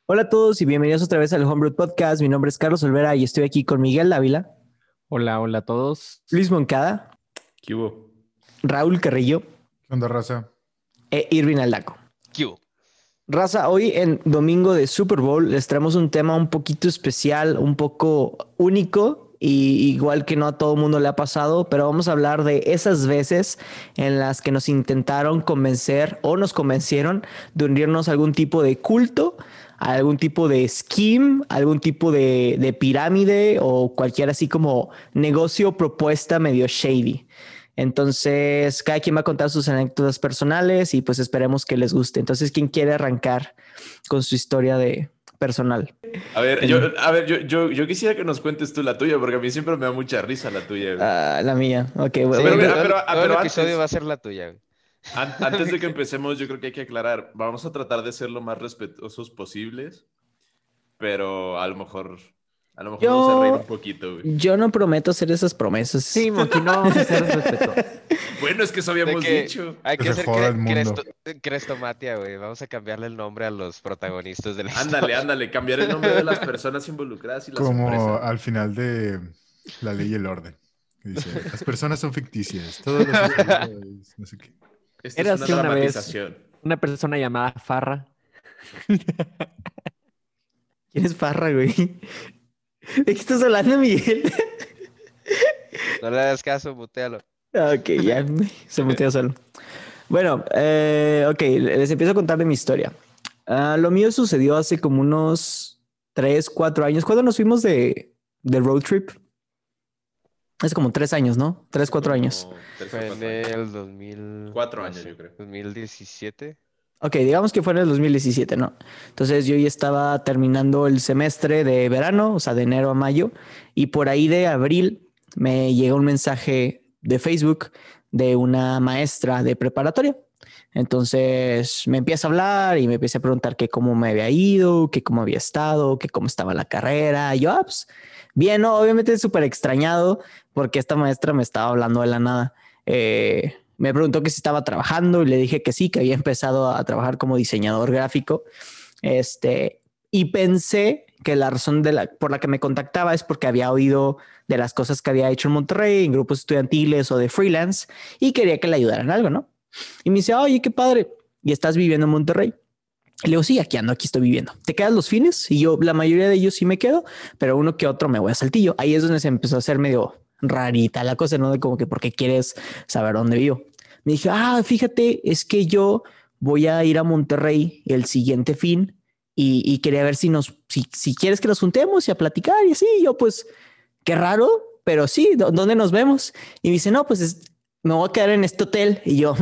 Hola a todos y bienvenidos otra vez al Homebrew Podcast. Mi nombre es Carlos Olvera y estoy aquí con Miguel Dávila, Hola, hola a todos. Luis Moncada, ¿Qué hubo? Raúl Carrillo ¿Qué onda, raza? e Irvin Aldaco. Q. Raza, hoy en domingo de Super Bowl les traemos un tema un poquito especial, un poco único y igual que no a todo el mundo le ha pasado, pero vamos a hablar de esas veces en las que nos intentaron convencer o nos convencieron de unirnos a algún tipo de culto, a algún tipo de scheme, algún tipo de pirámide o cualquier así como negocio propuesta medio shady. Entonces, cada quien va a contar sus anécdotas personales y pues esperemos que les guste. Entonces, ¿quién quiere arrancar con su historia de personal? Yo quisiera que nos cuentes tú la tuya, porque a mí siempre me da mucha risa la tuya, güey. La mía. Ok, bueno. Sí, Pero mira, todo el pero episodio antes, va a ser la tuya, güey. antes de que empecemos, yo creo que hay que aclarar, vamos a tratar de ser lo más respetuosos posibles, pero a lo mejor vamos a reír un poquito, güey. Yo no prometo hacer esas promesas. Sí, Monkey, no vamos a ser respetuosos. Bueno, es que eso De habíamos que dicho. hay que Se hacer joda el mundo. crestomatia, güey. Vamos a cambiarle el nombre a los protagonistas de la Ándale, historia. ándale, cambiar el nombre de las personas involucradas y las Como empresas. al final de La Ley y el Orden. Que dice, las personas son ficticias. Todo lo sucedido es no sé qué. Esta es Érase una una vez dramatización. una persona llamada Farra. ¿Quién es Farra, güey? ¿De qué estás hablando, Miguel? No le hagas caso, mutealo. Ok, ya se mutea solo. Bueno, ok, les empiezo a contar de mi historia. Lo mío sucedió hace como unos 3, 4 años. ¿Cuándo nos fuimos de road trip? Hace como 3 años, ¿no? 3, 4 años. Como 3 o Fue en 4 años. el 2000... 4 no años, sé, yo creo. 2017. Ok, digamos que fue en el 2017, ¿no? Entonces yo ya estaba terminando el semestre de verano, o sea, de enero a mayo, y por ahí de abril me llega un mensaje de Facebook de una maestra de preparatoria. Entonces me empieza a hablar y me empieza a preguntar que cómo me había ido, que cómo había estado, que cómo estaba la carrera. Y yo, pues, bien, ¿no? Obviamente súper extrañado porque esta maestra me estaba hablando de la nada. Me preguntó que si estaba trabajando y le dije que sí, que había empezado a trabajar como diseñador gráfico. Y pensé que la razón por la que me contactaba es porque había oído de las cosas que había hecho en Monterrey, en grupos estudiantiles o de freelance, y quería que le ayudaran algo, ¿no? Y me dice, oye, qué padre, ¿y estás viviendo en Monterrey? Y le digo, sí, aquí ando, aquí estoy viviendo. ¿Te quedas los fines? Y yo, la mayoría de ellos sí me quedo, pero uno que otro me voy a Saltillo. Ahí es donde se empezó a hacer medio rarita la cosa, ¿no? De como que, ¿por qué quieres saber dónde vivo? Me dije, fíjate, es que yo voy a ir a Monterrey el siguiente fin y quería ver si quieres que nos juntemos y a platicar y así. Yo, pues, qué raro, pero sí, ¿dónde nos vemos? Y me dice, no, pues me voy a quedar en este hotel. Y yo,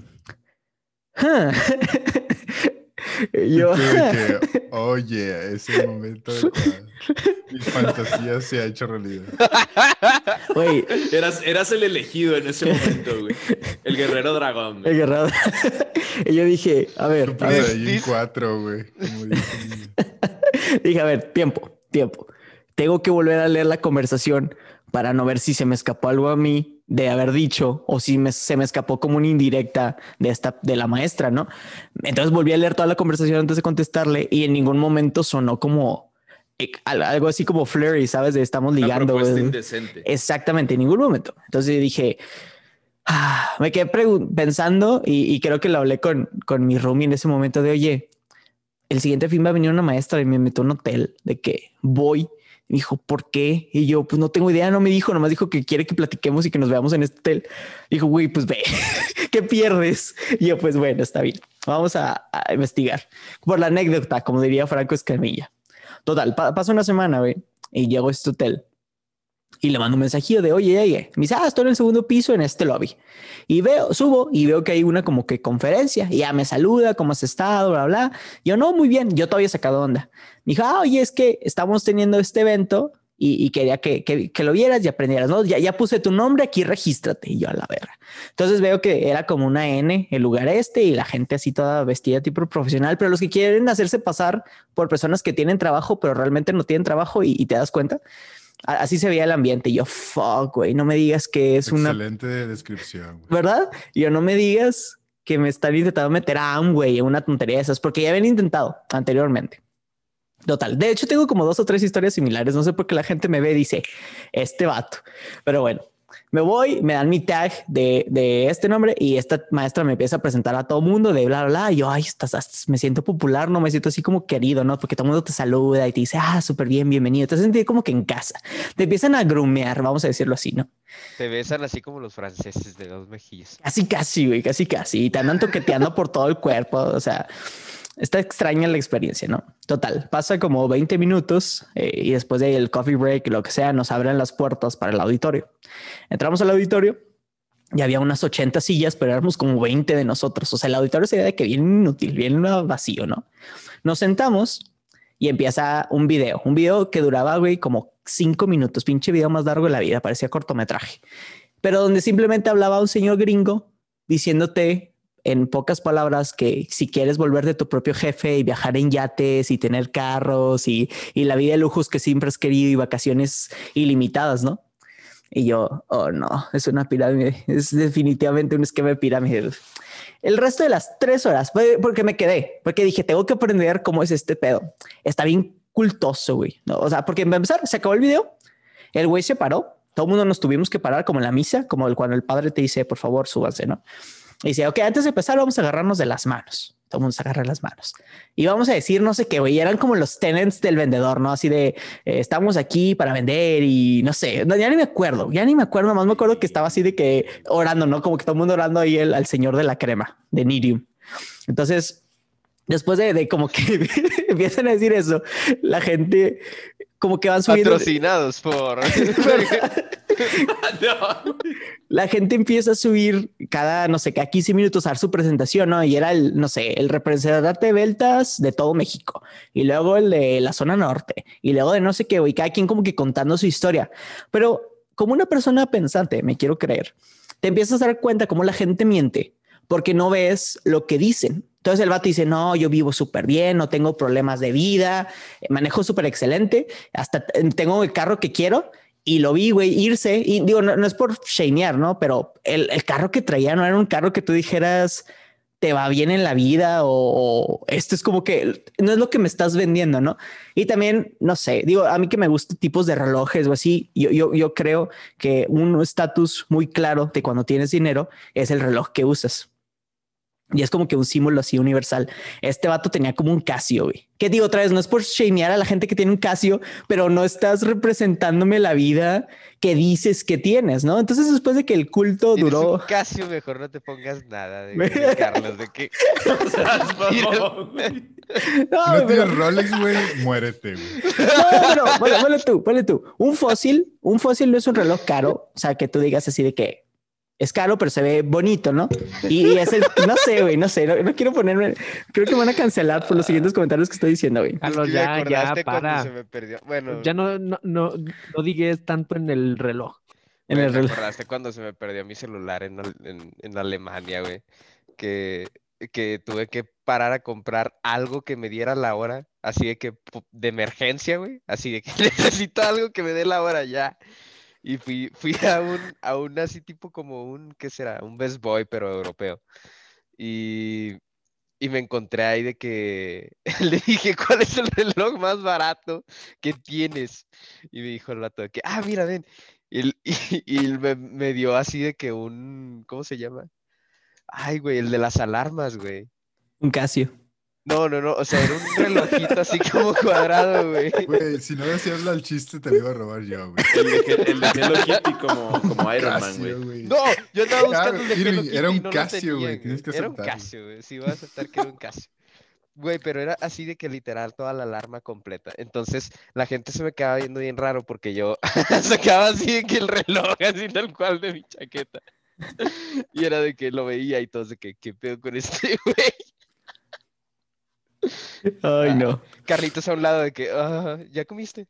Y Y yo, tú de que, oye, es el momento adecuado. Mi fantasía se ha hecho realidad. güey, Eras el elegido en ese momento, güey. El guerrero dragón, el güey. guerrero. Y yo dije, a ver, Super Saiyajin 4, güey. Como dice el niño. dije, a ver, tiempo. Tengo que volver a leer la conversación para no ver si se me escapó algo a mí de haber dicho o si se me escapó como una indirecta de la maestra, ¿no? Entonces volví a leer toda la conversación antes de contestarle y en ningún momento sonó como algo así como flirty, ¿sabes? De estamos Una ligando. propuesta Güey. indecente. Exactamente, en ningún momento. Entonces dije, me quedé pensando y creo que lo hablé con mi roomie en ese momento de, oye, el siguiente fin va a venir una maestra y me metió a un hotel de que voy. Me dijo, ¿por qué? Y yo, pues no tengo idea, no me dijo, nomás dijo que quiere que platiquemos y que nos veamos en este hotel. Dijo, güey, pues ve, ¿qué pierdes? Y yo, pues bueno, está bien, vamos a investigar. Por la anécdota, como diría Franco Escamilla. Total, pasó una semana, güey, y llego a este hotel. Y le mando un mensajillo de, oye, llegué. Me dice, estoy en el segundo piso en este lobby. Y subo y veo que hay una como que conferencia. Y ya me saluda, ¿cómo has estado? Bla, bla. Yo, no, muy bien. Yo todavía he sacado onda. Me dijo, oye, es que estamos teniendo este evento y quería que lo vieras y aprendieras, ¿no? Ya puse tu nombre, aquí regístrate. Y yo, a la verga. Entonces veo que era como una N el lugar y la gente así toda vestida tipo profesional, pero los que quieren hacerse pasar por personas que tienen trabajo, pero realmente no tienen trabajo y te das cuenta. Así se veía el ambiente. Y yo, fuck, güey, no me digas que es Excelente descripción, güey. ¿verdad? Y yo, no me digas que me están intentando meter a Amway en una tontería de esas, porque ya habían intentado anteriormente. Total. De hecho, tengo como 2 o 3 historias similares. No sé por qué la gente me ve y dice, este vato. Pero bueno, me voy, me dan mi tag de este nombre y esta maestra me empieza a presentar a todo mundo de bla, bla, bla. Y yo, ay, me siento popular, no me siento así como querido, ¿no? Porque todo el mundo te saluda y te dice, súper bien, bienvenido. Te sentí como que en casa. Te empiezan a grumear, vamos a decirlo así, ¿no? Te besan así como los franceses de 2 mejillas. Casi, casi, güey, casi, casi. Y te andan toqueteando por todo el cuerpo. O sea, está extraña la experiencia, ¿no? Total, pasa como 20 minutos y después del coffee break, lo que sea, nos abren las puertas para el auditorio. Entramos al auditorio y había unas 80 sillas, pero éramos como 20 de nosotros. O sea, el auditorio se veía de que bien inútil, bien vacío, ¿no? Nos sentamos y empieza un video que duraba, güey, como 5 minutos, pinche video más largo de la vida, parecía cortometraje, pero donde simplemente hablaba un señor gringo diciéndote en pocas palabras que si quieres volver de tu propio jefe y viajar en yates y tener carros y la vida de lujos que siempre has querido y vacaciones ilimitadas, ¿no? Y yo, oh no, es una pirámide, es definitivamente un esquema de pirámide. El resto de las 3 horas, porque me quedé, porque dije, tengo que aprender cómo es este pedo. Está bien cultoso, güey, ¿no? O sea, porque para empezar, se acabó el video, el güey se paró, todo el mundo nos tuvimos que parar como en la misa, como cuando el padre te dice, por favor, súbanse, ¿no? Y dice, ok, antes de empezar vamos a agarrarnos de las manos. Todo el mundo se agarra las manos. Y vamos a decir, no sé qué, güey, eran como los tenants del vendedor, ¿no? Así de, estamos aquí para vender y no sé, no, ya ni me acuerdo, más me acuerdo que estaba así de que orando, ¿no? Como que todo el mundo orando ahí al señor de la crema, de Nirium. Entonces, después de como que empiezan a decir eso, la gente como que van subiendo. Patrocinados por... No. La gente empieza a subir cada, no sé, cada 15 minutos a dar su presentación, ¿no? Y era el, no sé, el representante de ventas de todo México. Y luego el de la zona norte. Y luego de no sé qué, y cada quien como que contando su historia. Pero como una persona pensante, me quiero creer, te empiezas a dar cuenta cómo la gente miente porque no ves lo que dicen. Entonces el vato dice, no, yo vivo súper bien, no tengo problemas de vida, manejo súper excelente, hasta tengo el carro que quiero. Y lo vi, güey, irse. Y digo, no es por shamear, ¿no? Pero el carro que traía no era un carro que tú dijeras te va bien en la vida o esto es como que no es lo que me estás vendiendo, ¿no? Y también, no sé, digo, a mí que me gustan tipos de relojes o así, yo creo que un estatus muy claro de cuando tienes dinero es el reloj que usas. Y es como que un símbolo así universal. Este vato tenía como un Casio, güey. Que digo otra vez, no es por shamear a la gente que tiene un Casio, pero no estás representándome la vida que dices que tienes, ¿no? Entonces, después de que el culto Tienes duró... un Casio, mejor no te pongas nada de Carlos, de que... No, No, No pero... tienes Rolex, güey, muérete, güey. No, pero ponle tú. Un fósil no es un reloj caro. O sea, que tú digas así de que es caro, pero se ve bonito, ¿no? Y es el, no sé, güey, no quiero ponerme, creo que me van a cancelar por los siguientes comentarios que estoy diciendo, güey. Carlos, me ya, acordaste cuando para. se me perdió. Bueno, Ya no digues tanto en el reloj. En güey, el me reloj. acordaste cuando se me perdió mi celular en Alemania, güey. Que tuve que parar a comprar algo que me diera la hora, así de que de emergencia, güey. Así de que necesito algo que me dé la hora ya. Y fui a un así tipo como ¿qué será? Un Best Boy, pero europeo. Y, y me encontré ahí de que le dije, ¿cuál es el reloj más barato que tienes? Y me dijo el vato de que, mira, ven. Y él me dio así de que ¿cómo se llama? Ay, güey, el de las alarmas, güey. Un Casio. No, o sea, era un relojito así como cuadrado, güey. Güey, si no decías el chiste, te lo iba a robar yo, güey. el de Hello Kitty como Iron Man, Casio, güey. güey. No, yo andaba buscando el de Irving, Hello Kitty era un y no lo Casio, tenía, güey, tienes que Era un aceptarlo. Casio, güey, sí voy a aceptar que era un Casio. Güey, pero era así de que literal toda la alarma completa. Entonces la gente se me quedaba viendo bien raro porque yo sacaba así de que el reloj así tal cual de mi chaqueta. Y era de que lo veía y todos de que, ¿qué pedo con este güey? Ay, no. Carlitos a un lado de que, ¿ya comiste?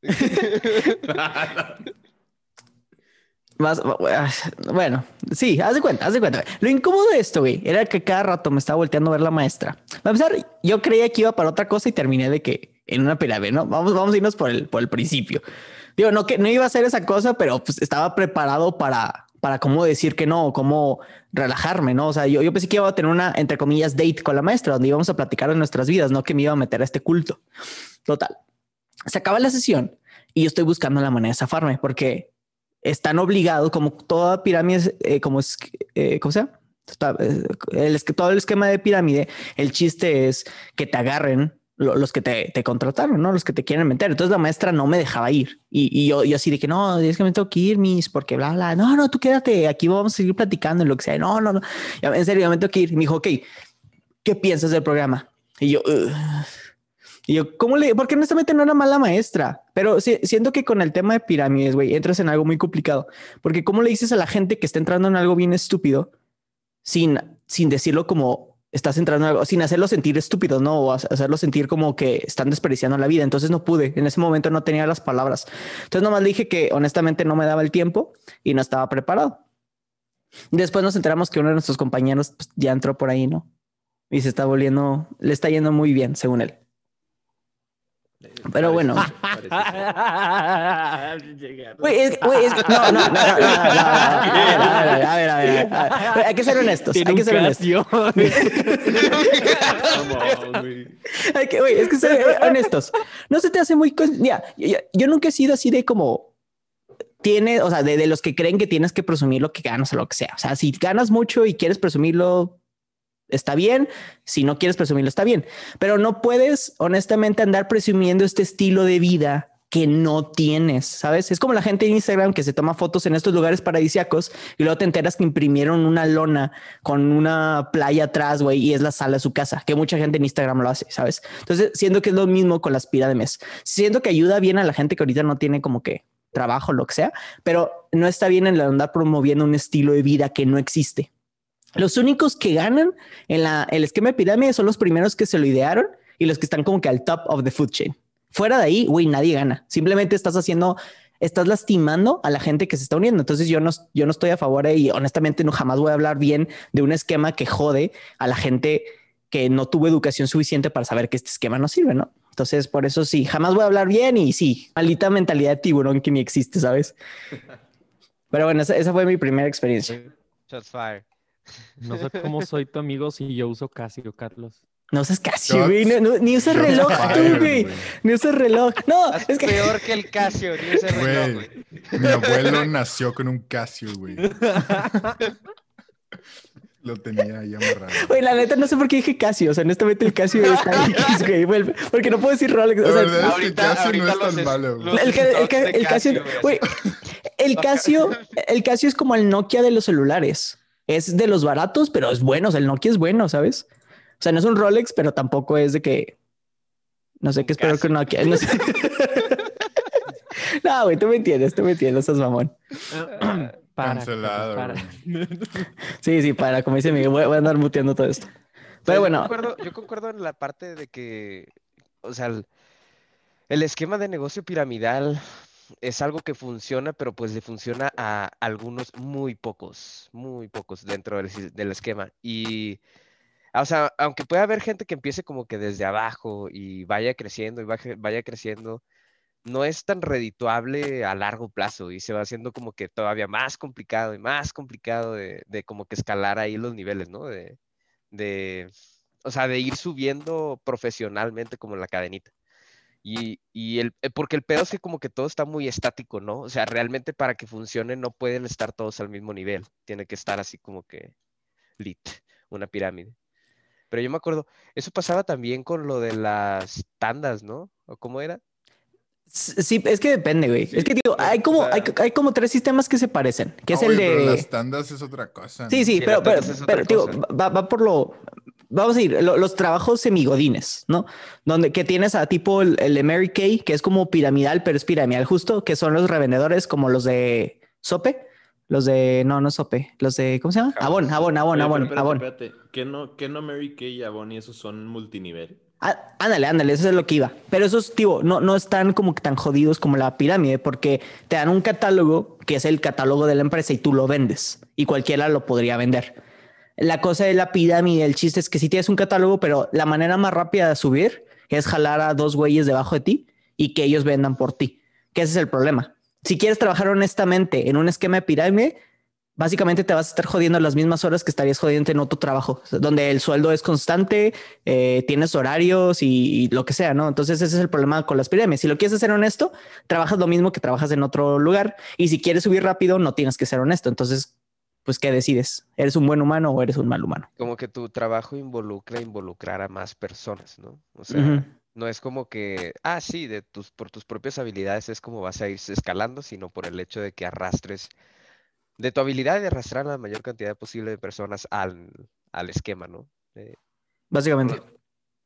Más, bueno, sí, haz de cuenta. Lo incómodo de esto, güey, era que cada rato me estaba volteando a ver la maestra. A empezar, yo creía que iba para otra cosa y terminé de que en una pirámide, ¿no? Vamos a irnos por el principio. Digo, no que no iba a hacer esa cosa, pero pues estaba preparado para para cómo decir que no, o cómo relajarme, ¿no? O sea, yo pensé que iba a tener una, entre comillas, date con la maestra, donde íbamos a platicar de nuestras vidas, no que me iba a meter a este culto. Total. Se acaba la sesión y yo estoy buscando la manera de zafarme porque están obligados, como toda pirámide, ¿cómo se llama? Todo el esquema de pirámide, el chiste es que te agarren los que te contrataron, ¿no? Los que te quieren meter. Entonces la maestra no me dejaba ir. Y yo así de que no, es que me tengo que ir, Miss, porque bla, bla. No, tú quédate, aquí vamos a seguir platicando en lo que sea. No. En serio, me tengo que ir. Y me dijo, ok, ¿qué piensas del programa? Y yo, porque honestamente no era mala maestra, pero siento que con el tema de pirámides, güey, entras en algo muy complicado. Porque ¿cómo le dices a la gente que está entrando en algo bien estúpido sin decirlo como estás entrando en algo, sin hacerlo sentir estúpidos, ¿no? O hacerlo sentir como que están desperdiciando la vida? Entonces no pude, en ese momento no tenía las palabras. Entonces nomás le dije que honestamente no me daba el tiempo y no estaba preparado. Después nos enteramos que uno de nuestros compañeros pues, ya entró por ahí, ¿no? Y le está yendo muy bien, según él. Pero bueno. Güey, no. A ver. Hay que ser honestos. Hay que ser honestos. Güey, es que ser honestos. No se te hace muy... Mira, yo nunca he sido así de como... o sea, de los que creen que tienes que presumir lo que ganas o lo que sea. O sea, si ganas mucho y quieres presumirlo, está bien. Si no quieres presumirlo, está bien. Pero no puedes, honestamente, andar presumiendo este estilo de vida que no tienes, ¿sabes? Es como la gente en Instagram que se toma fotos en estos lugares paradisíacos y luego te enteras que imprimieron una lona con una playa atrás, güey, y es la sala de su casa, que mucha gente en Instagram lo hace, ¿sabes? Entonces, siento que es lo mismo con las pirámides. Siento que ayuda bien a la gente que ahorita no tiene como que trabajo, lo que sea, pero no está bien en andar promoviendo un estilo de vida que no existe. Los únicos que ganan en el esquema de pirámide son los primeros que se lo idearon y los que están como que al top of the food chain. Fuera de ahí, güey, nadie gana. Simplemente estás lastimando a la gente que se está uniendo. Entonces yo no estoy a favor y honestamente jamás voy a hablar bien de un esquema que jode a la gente que no tuvo educación suficiente para saber que este esquema no sirve, ¿no? Entonces por eso sí, jamás voy a hablar bien y sí, maldita mentalidad de tiburón que ni existe, ¿sabes? Pero bueno, esa fue mi primera experiencia. Shots fired. No sé cómo soy tu amigo si yo uso Casio, Carlos. No usas Casio, güey. Ni usas reloj tú, güey. Ni usas reloj. No, es que peor que el Casio, ni use reloj, güey. Mi abuelo nació con un Casio, güey. Lo tenía ahí amarrado. Güey, la neta, no sé por qué dije Casio. O sea, honestamente el Casio está X, güey. Porque no puedo decir Rolex. O sea, la verdad es que Casio no es tan malo, güey. El Casio, güey. El Casio es como el Nokia de los celulares. Es de los baratos, pero es bueno. O sea, el Nokia es bueno, ¿sabes? O sea, no es un Rolex, pero tampoco es de que... No sé qué espero que un Nokia... No, sé. No, güey, tú me entiendes, estás mamón. Cancelado. Sí, como dice Miguel, voy a andar muteando todo esto. Pero bueno. Yo concuerdo en la parte de que, o sea, el esquema de negocio piramidal es algo que funciona, pero pues le funciona a algunos muy pocos dentro del esquema. Y, o sea, aunque pueda haber gente que empiece como que desde abajo y vaya creciendo vaya creciendo, no es tan redituable a largo plazo y se va haciendo como que todavía más complicado y más complicado de como que escalar ahí los niveles, ¿no? O sea, de ir subiendo profesionalmente como en la cadenita. Porque el pedo es que como que todo está muy estático, ¿no? O sea, realmente para que funcione no pueden estar todos al mismo nivel. Tiene que estar así como que lit, una pirámide. Pero yo me acuerdo, eso pasaba también con lo de las tandas, ¿no? ¿O cómo era? Sí, es que depende, güey. Sí, es que digo, hay como 3 sistemas que se parecen, que es el de... Pero las tandas es otra cosa, ¿no? Sí, pero digo, va por lo... Vamos a ir, los trabajos semigodines, ¿no? Que tienes a tipo el de Mary Kay, que es como piramidal, pero es piramidal justo, que son los revendedores como los de Sope, los de... No Sope, los de... ¿Cómo se llama? Avon. Espérate. ¿Qué no Mary Kay y Avon y esos son multinivel? Ándale, eso es lo que iba. Pero esos, tío, no están como que tan jodidos como la pirámide, porque te dan un catálogo que es el catálogo de la empresa y tú lo vendes y cualquiera lo podría vender. La cosa de la pirámide, el chiste es que sí tienes un catálogo, pero la manera más rápida de subir es jalar a 2 güeyes debajo de ti y que ellos vendan por ti. Que ese es el problema. Si quieres trabajar honestamente en un esquema de pirámide, básicamente te vas a estar jodiendo las mismas horas que estarías jodiendo en otro trabajo, donde el sueldo es constante, tienes horarios y lo que sea, ¿no? Entonces ese es el problema con las pirámides. Si lo quieres hacer honesto, trabajas lo mismo que trabajas en otro lugar. Y si quieres subir rápido, no tienes que ser honesto. Entonces, pues, ¿qué decides? ¿Eres un buen humano o eres un mal humano? Como que tu trabajo involucrar a más personas, ¿no? O Ujú. sea, no es como que, sí, por tus propias habilidades es como vas a ir escalando, sino por el hecho de que arrastres, de tu habilidad de arrastrar a la mayor cantidad posible de personas al esquema, ¿no? Básicamente. Hola.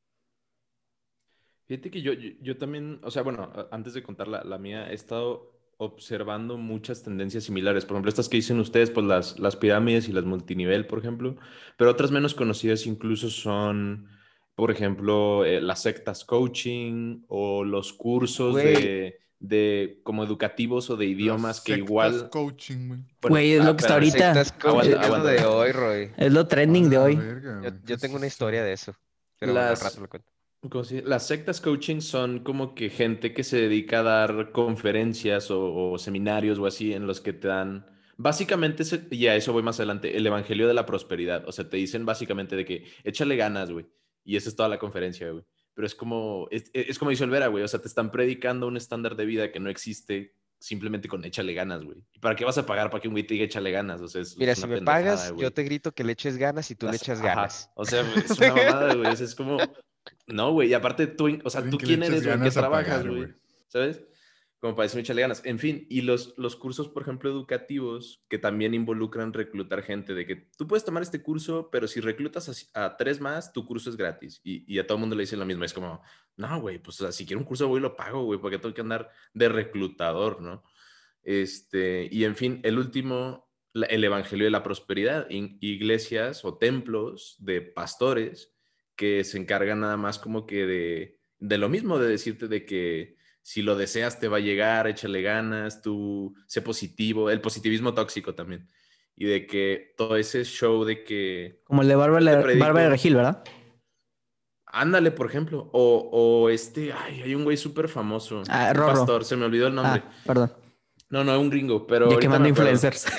Fíjate que yo también, o sea, bueno, antes de contar la mía, he estado observando muchas tendencias similares. Por ejemplo, estas que dicen ustedes, pues las pirámides y las multinivel, por ejemplo. Pero otras menos conocidas incluso son, por ejemplo, las sectas coaching o los cursos Güey, de como educativos o de Las idiomas que sectas igual, coaching, güey. bueno, Güey, es lo que está espérame, las sectas ahorita. coaching aguanta, es lo aguanta, de aguanta, hoy, aguanta. Roy. Es lo A trending de la hoy. verga, güey. ¿Qué Yo es tengo una historia eso? de eso, pero bueno, al rato Las, lo cuento. ¿cómo se dice? Las sectas coaching son como que gente que se dedica a dar conferencias o seminarios o así en los que te dan, básicamente, y a eso voy más adelante, el evangelio de la prosperidad. O sea, te dicen básicamente de que échale ganas, güey. Y esa es toda la conferencia, güey. Pero es como dice Olvera, güey. O sea, te están predicando un estándar de vida que no existe simplemente con échale ganas, güey. ¿Y para qué vas a pagar para que un güey te diga échale ganas? O sea, Mira, es si una me pendejada, pagas, yo güey. te grito que le eches ganas y tú le echas Ajá, ganas. o sea, es una mamada, güey. O sea, es como, no, güey. Y aparte tú, o Está sea, bien ¿tú que le quién eches eres, güey? ¿Qué ganas a trabajas, pagar, güey. güey? ¿Sabes? Como para decirme échale ganas. En fin, y los cursos, por ejemplo, educativos, que también involucran reclutar gente, de que tú puedes tomar este curso, pero si reclutas a tres más, tu curso es gratis. Y a todo el mundo le dicen lo mismo. Es como, no, güey, pues o sea, si quiero un curso, voy y lo pago, güey, porque tengo que andar de reclutador, ¿no? Y en fin, el último, el Evangelio de la Prosperidad, iglesias o templos de pastores que se encargan nada más como que de lo mismo, de decirte de que si lo deseas te va a llegar, échale ganas, tú sé positivo, el positivismo tóxico también. Y de que todo ese show de que Como el de yo te Bárbara predico, Regil, ¿verdad? ándale, por ejemplo, ay, hay un güey súper famoso, Ah, un Rorro. pastor, se me olvidó el nombre. Ah, perdón. No, no, un gringo, pero Ya ahorita me quemando acuerdo. influencers.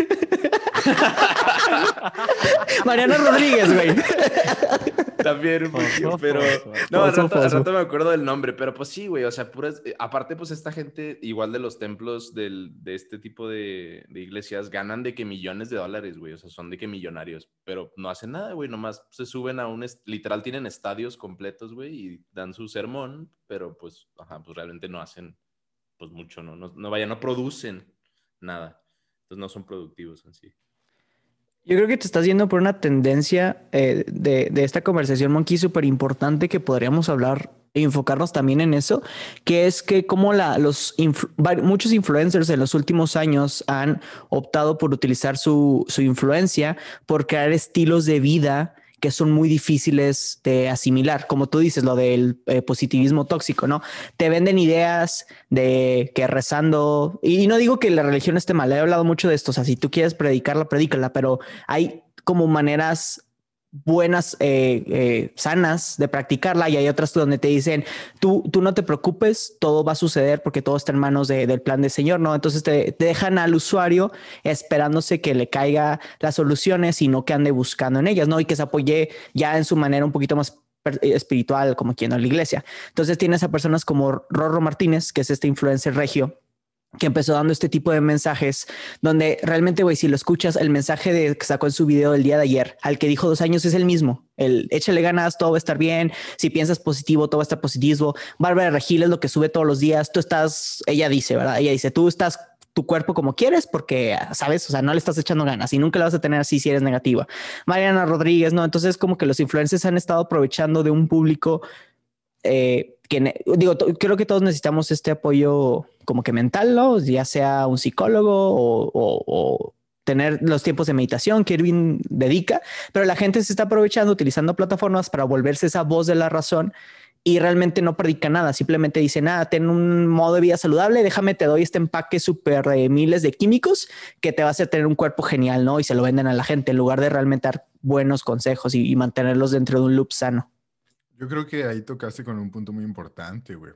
Mariana Rodríguez, güey. También un poquillo, pero no, Fosfo, al fosfo. rato me acuerdo del nombre, pero pues sí, güey, o sea, puras, aparte pues esta gente, igual de los templos de este tipo de iglesias, ganan de que millones de dólares, güey, o sea, son de que millonarios, pero no hacen nada, güey, nomás se suben a literal tienen estadios completos, güey, y dan su sermón, pero pues, ajá, pues realmente no hacen, pues mucho, no producen nada, entonces no son productivos en sí. Yo creo que te estás yendo por una tendencia de esta conversación, Monkey, súper importante que podríamos hablar e enfocarnos también en eso, que es que como muchos influencers en los últimos años han optado por utilizar su influencia por crear estilos de vida que son muy difíciles de asimilar, como tú dices, lo del positivismo tóxico, ¿no? Te venden ideas de que rezando, y no digo que la religión esté mal, he hablado mucho de esto, o sea, si tú quieres predicarla, predícala, pero hay como maneras buenas, sanas de practicarla y hay otras donde te dicen, tú no te preocupes, todo va a suceder porque todo está en manos del plan del Señor, ¿no? Entonces te dejan al usuario esperándose que le caiga las soluciones y no que ande buscando en ellas, ¿no? Y que se apoye ya en su manera un poquito más espiritual, como quien en la iglesia. Entonces tienes a personas como Rorro Martínez, que es este influencer regio, que empezó dando este tipo de mensajes donde realmente, güey, si lo escuchas, el mensaje que sacó en su video del día de ayer, al que dijo 2 años, es el mismo. El échale ganas, todo va a estar bien. Si piensas positivo, todo va a estar positivo. Bárbara Regil es lo que sube todos los días. Ella dice, ¿verdad? Ella dice, tú estás tu cuerpo como quieres porque, sabes, o sea, no le estás echando ganas y nunca lo vas a tener así si eres negativa. Mariana Rodríguez, ¿no? Entonces como que los influencers han estado aprovechando de un público digo, creo que todos necesitamos este apoyo como que mental, ¿no? Ya sea un psicólogo o tener los tiempos de meditación que Irving dedica, pero la gente se está aprovechando utilizando plataformas para volverse esa voz de la razón y realmente no predica nada, simplemente dice, nada, ten un modo de vida saludable, déjame, te doy este empaque súper de miles de químicos que te va a hacer tener un cuerpo genial, ¿no? Y se lo venden a la gente en lugar de realmente dar buenos consejos y mantenerlos dentro de un loop sano. Yo creo que ahí tocaste con un punto muy importante, güey.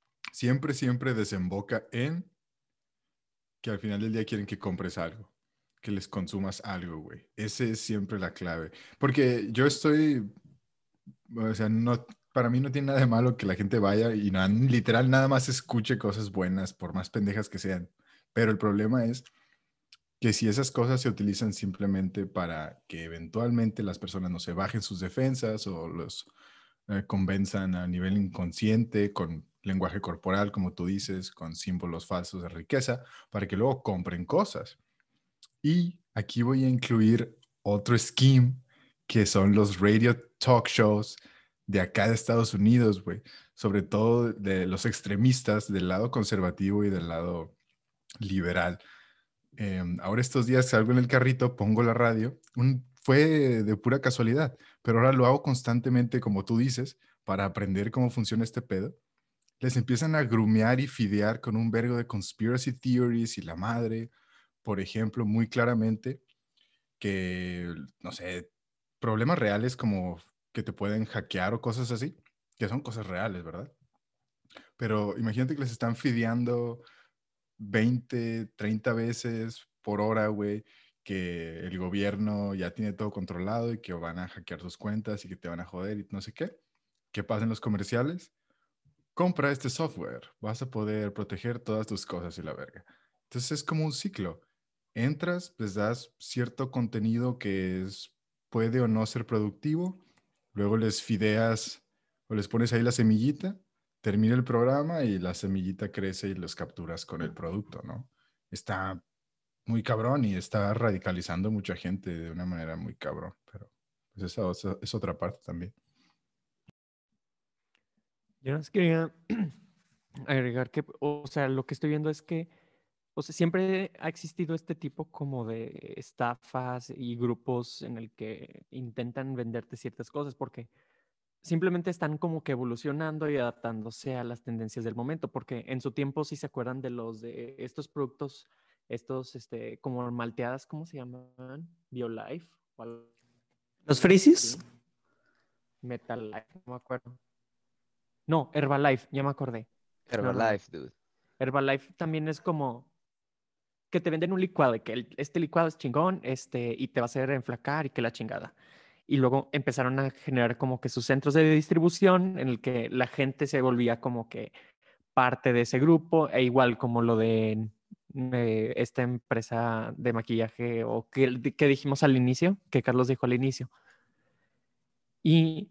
Siempre desemboca en que al final del día quieren que compres algo. que les consumas algo, güey. Ese es siempre la clave. Porque yo estoy, o sea, no, para mí no tiene nada de malo que la gente vaya y literal nada más escuche cosas buenas, por más pendejas que sean. Pero el problema es que si esas cosas se utilizan simplemente para que eventualmente las personas no se bajen sus defensas o los convenzan a nivel inconsciente con lenguaje corporal, como tú dices, con símbolos falsos de riqueza, para que luego compren cosas. Y aquí voy a incluir otro scheme que son los radio talk shows de acá de Estados Unidos, güey. Sobre todo de los extremistas del lado conservativo y del lado liberal. Ahora estos días salgo en el carrito, pongo la radio. Fue de pura casualidad, pero ahora lo hago constantemente, como tú dices, para aprender cómo funciona este pedo. Les empiezan a grumear y fidear con un vergo de conspiracy theories y la madre. Por ejemplo, muy claramente que, no sé, problemas reales como que te pueden hackear o cosas así, que son cosas reales, ¿verdad? Pero imagínate que les están fideando 20, 30 veces por hora, güey, que el gobierno ya tiene todo controlado y que van a hackear tus cuentas y que te van a joder y no sé qué. ¿Qué pasa en los comerciales? Compra este software, vas a poder proteger todas tus cosas y la verga. Entonces es como un ciclo. Entras, les das cierto contenido que puede o no ser productivo, luego les fideas o les pones ahí la semillita, termina el programa y la semillita crece y los capturas con el producto, ¿no? Está muy cabrón y está radicalizando mucha gente de una manera muy cabrón, pero pues esa es otra parte también. Yo no quería agregar que, o sea, lo que estoy viendo es que, o sea, siempre ha existido este tipo como de estafas y grupos en el que intentan venderte ciertas cosas porque simplemente están como que evolucionando y adaptándose a las tendencias del momento, porque en su tiempo, si se acuerdan de los de estos productos, estos, como malteadas, ¿cómo se llaman? BioLife o algo ¿Los Freezies? así. Metal Life, no me acuerdo. No, Herbalife, ya me acordé. No. Herbalife, dude. Herbalife también es como que te venden un licuado, y que este licuado es chingón, y te va a hacer enflacar y que la chingada. Y luego empezaron a generar como que sus centros de distribución en el que la gente se volvía como que parte de ese grupo, e igual como lo de esta empresa de maquillaje o que dijimos al inicio, que Carlos dijo al inicio. Y,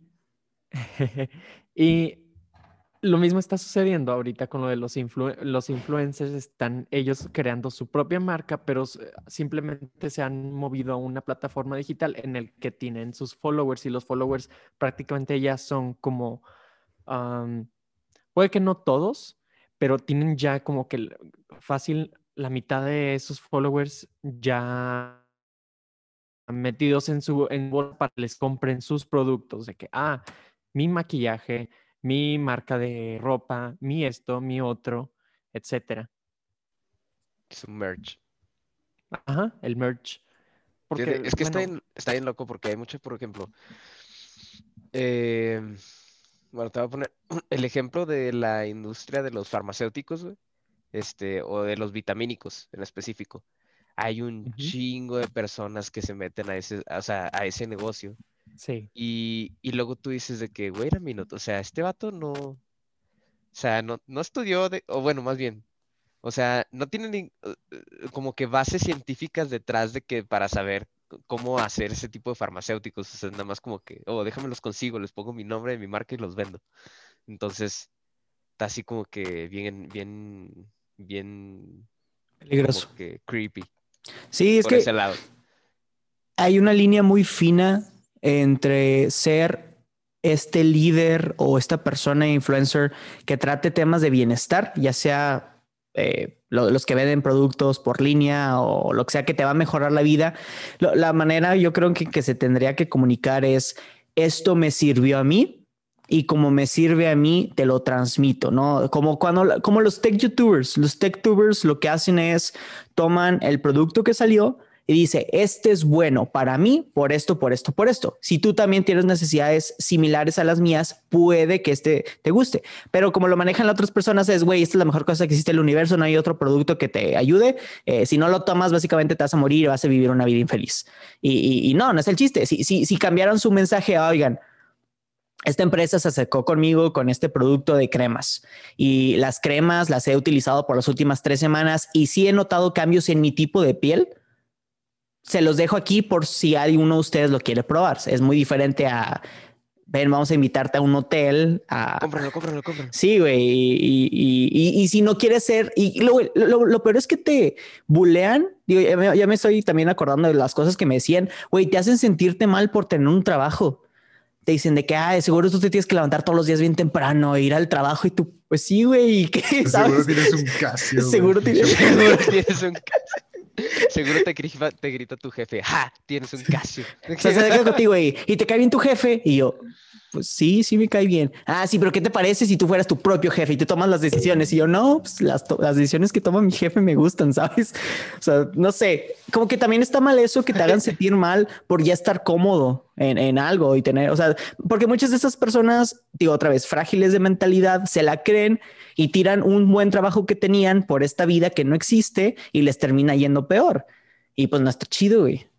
y lo mismo está sucediendo ahorita con lo de los influencers. Están ellos creando su propia marca, pero simplemente se han movido a una plataforma digital en el que tienen sus followers y los followers prácticamente ya son como, puede que no todos, pero tienen ya como que fácil la mitad de esos followers ya metidos en bolsa para que les compren sus productos de que, mi maquillaje, mi marca de ropa, mi esto, mi otro, etcétera. Su merch. Ajá, el merch. Porque, Es que bueno, está bien loco porque hay mucho, por ejemplo, bueno, te voy a poner el ejemplo de la industria de los farmacéuticos, güey, o de los vitamínicos en específico. Hay un chingo de personas que se meten o sea, a ese negocio. sí. Y luego tú dices de que, güey, a minuto, o sea, este vato o sea, no estudió, o bueno, más bien, o sea, no tiene como que bases científicas detrás de que para saber cómo hacer ese tipo de farmacéuticos, o sea, nada más como que, déjame los consigo, les pongo mi nombre de mi marca y los vendo. Entonces, está así como que bien, Peligroso. como que creepy Sí, es por ese que lado. hay una línea muy fina entre ser este líder o esta persona influencer que trate temas de bienestar, ya sea los que venden productos por línea o lo que sea que te va a mejorar la vida. La manera yo creo que se tendría que comunicar es: esto me sirvió a mí y como me sirve a mí, te lo transmito, ¿no? Como los tech YouTubers lo que hacen es toman el producto que salió y dice, este es bueno para mí por esto, por esto, por esto. Si tú también tienes necesidades similares a las mías, puede que este te guste. Pero como lo manejan las otras personas es, güey, esta es la mejor cosa que existe en el universo, no hay otro producto que te ayude. Si no lo tomas, básicamente te vas a morir y vas a vivir una vida infeliz. Y no, no es el chiste. Si cambiaron su mensaje, oigan, esta empresa se acercó conmigo con este producto de cremas y las cremas las he utilizado por las últimas 3 semanas y sí he notado cambios en mi tipo de piel. Se los dejo aquí por si alguno de ustedes lo quiere probar. Es muy diferente a, ven, vamos a invitarte a un hotel. Cómpralo. Sí, güey. Y si no quieres ser, y lo peor es que te bulean. Digo, ya me estoy también acordando de las cosas que me decían, güey, te hacen sentirte mal por tener un trabajo. Te dicen de que, seguro tú te tienes que levantar todos los días bien temprano e ir al trabajo y tú, pues sí, güey, ¿y qué? Seguro ¿Sabes? tienes un Casio. Seguro tienes... Seguro te grita tu jefe, ¡ja! Tienes un Casio. O sea, se deja contigo y te cae bien tu jefe. Y yo, pues sí, me cae bien. Sí, pero ¿qué te parece si tú fueras tu propio jefe y te tomas las decisiones? Y yo, no, pues las decisiones que toma mi jefe me gustan, ¿sabes? O sea, no sé, como que también está mal eso que te hagan sentir mal por ya estar cómodo en algo y tener, o sea, porque muchas de esas personas, digo otra vez, frágiles de mentalidad, se la creen y tiran un buen trabajo que tenían por esta vida que no existe y les termina yendo peor. Y pues no está chido, güey.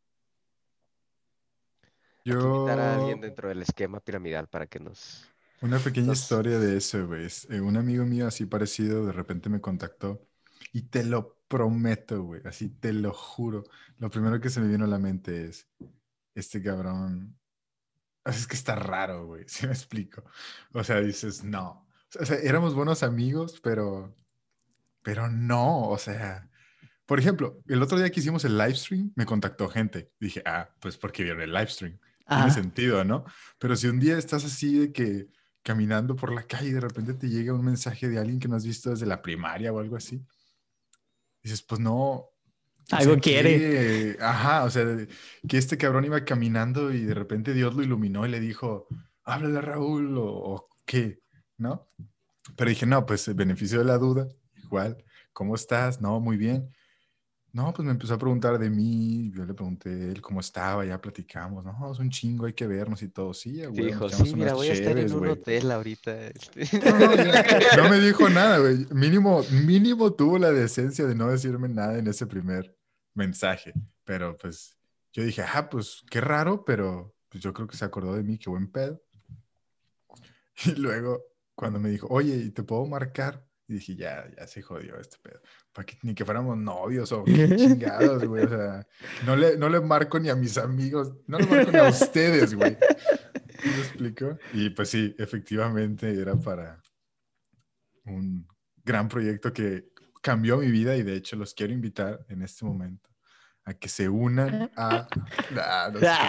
Hay que invitar a alguien Yo, dentro del esquema piramidal para que una pequeña nos... historia de eso, güey. Un amigo mío así parecido de repente me contactó y te lo prometo, güey, así te lo juro. Lo primero que se me vino a la mente es, este cabrón, es que está raro, güey, si me explico. O sea, dices, no. O sea, éramos buenos amigos, pero no, o sea... Por ejemplo, el otro día que hicimos el live stream, me contactó gente. Dije, pues porque vieron el live stream. Tiene Ajá. sentido, ¿no? Pero si un día estás así de que caminando por la calle y de repente te llega un mensaje de alguien que no has visto desde la primaria o algo así, dices, pues no, o Algo sea, quiere. ajá, o sea, que este cabrón iba caminando y de repente Dios lo iluminó y le dijo, háblale a Raúl o qué, ¿no? Pero dije, no, pues el beneficio de la duda, igual, ¿cómo estás? No, muy bien. No, pues me empezó a preguntar de mí, yo le pregunté a él cómo estaba, ya platicamos, no, es un chingo, hay que vernos y todo, sí, güey, nos Dijo, echamos sí, unas mira, voy a estar en chéves, un güey. hotel ahorita. No, no me dijo nada, güey, mínimo tuvo la decencia de no decirme nada en ese primer mensaje, pero pues yo dije, pues qué raro, pero pues yo creo que se acordó de mí, qué buen pedo. Y luego, cuando me dijo, oye, ¿y te puedo marcar? Y dije, ya se jodió este pedo. Para que ni que fuéramos novios o qué chingados, güey. O sea, no le marco ni a mis amigos, no le marco ni a ustedes, güey. ¿Sí me explico? Y pues sí, efectivamente era para un gran proyecto que cambió mi vida y de hecho los quiero invitar en este momento a que se unan a... no sé.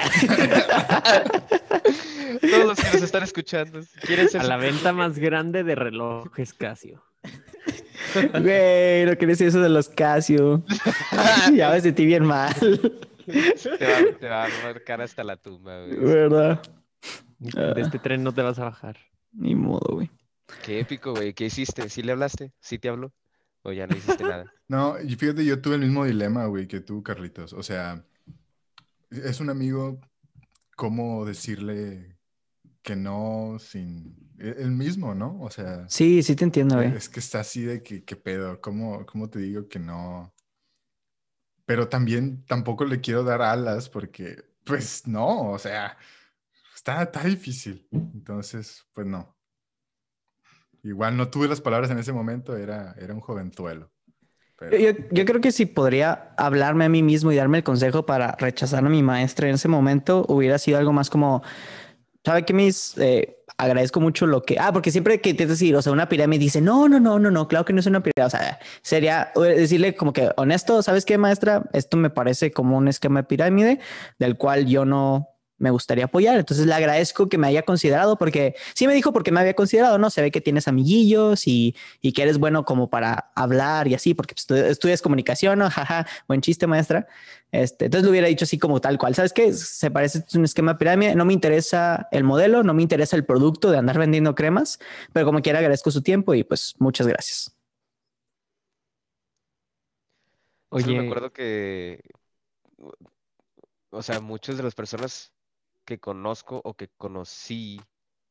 Todos los que nos están escuchando quieren ser A la su venta propio más grande de relojes Casio. Güey, no quería decir eso de los Casio. Ya me sentí bien mal. Te va a marcar hasta la tumba, güey. ¿Verdad? De este tren no te vas a bajar. Ni modo, güey. Qué épico, güey. ¿Qué hiciste? ¿Sí le hablaste? ¿Sí te habló? ¿O ya no hiciste nada? No, y fíjate, yo tuve el mismo dilema, güey, que tú, Carlitos. O sea, es un amigo, ¿cómo decirle que no sin... El mismo, ¿no? O sea, Sí, sí te entiendo, güey. es que está así de que, ¿qué pedo? ¿Cómo te digo que no? Pero también tampoco le quiero dar alas porque, pues no, o sea, está difícil. Entonces, pues no. Igual no tuve las palabras en ese momento, era un jovenzuelo. Pero... Yo creo que si podría hablarme a mí mismo y darme el consejo para rechazar a mi maestra en ese momento, hubiera sido algo más como, ¿sabe qué, mis? Agradezco mucho lo que... porque siempre que intentas decir, o sea, una pirámide dice, no, claro que no es una pirámide. O sea, sería decirle como que, honesto, ¿sabes qué, maestra? Esto me parece como un esquema de pirámide del cual yo no me gustaría apoyar. Entonces le agradezco que me haya considerado porque sí me dijo porque me había considerado, ¿no? Se ve que tienes amiguillos y que eres bueno como para hablar y así, porque pues, tú estudias comunicación, ¿no? Jaja, buen chiste, maestra. Entonces le hubiera dicho así como tal cual. ¿Sabes qué? Se parece a un esquema de pirámide. No me interesa el modelo, no me interesa el producto de andar vendiendo cremas, pero como quiera agradezco su tiempo y pues muchas gracias. Solo me Oye, acuerdo que o sea, muchas de las personas que conozco o que conocí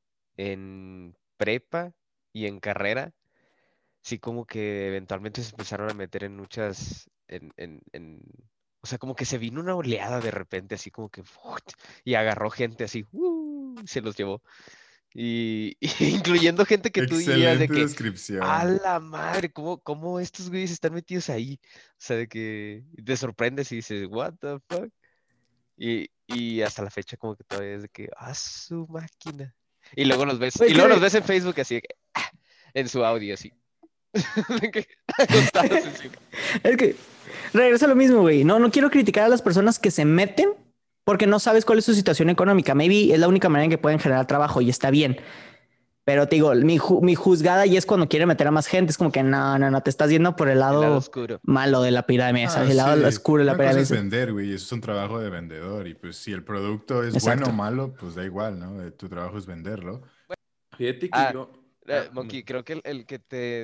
en prepa y en carrera, sí como que eventualmente se empezaron a meter en muchas, o sea, como que se vino una oleada de repente, así como que, ¡fut! Y agarró gente así, se los llevó. Y incluyendo gente que tú dirías de Excelente que, a descripción. la madre, ¿cómo estos güeyes están metidos ahí? O sea, de que te sorprendes y dices, what the fuck? Y hasta la fecha como que todavía es de que, su máquina. Y luego los ves, Pues y luego los ves en Facebook así, de que, en su audio así. De que, acostados encima. es que regresa a lo mismo, güey. No quiero criticar a las personas que se meten porque no sabes cuál es su situación económica. Maybe es la única manera en que pueden generar trabajo y está bien. Pero te digo, mi juzgada y es cuando quiere meter a más gente. Es como que no, te estás yendo por el El lado lado oscuro. malo de la pirámide, ¿sabes? El lado Sí. oscuro de la Una cosa pirámide. es vender, güey, y eso es un trabajo de vendedor. Y pues si el producto es bueno o Exacto. malo, pues da igual, ¿no? Tu trabajo es venderlo. Fíjate que Ah, yo... Monkey, creo que el que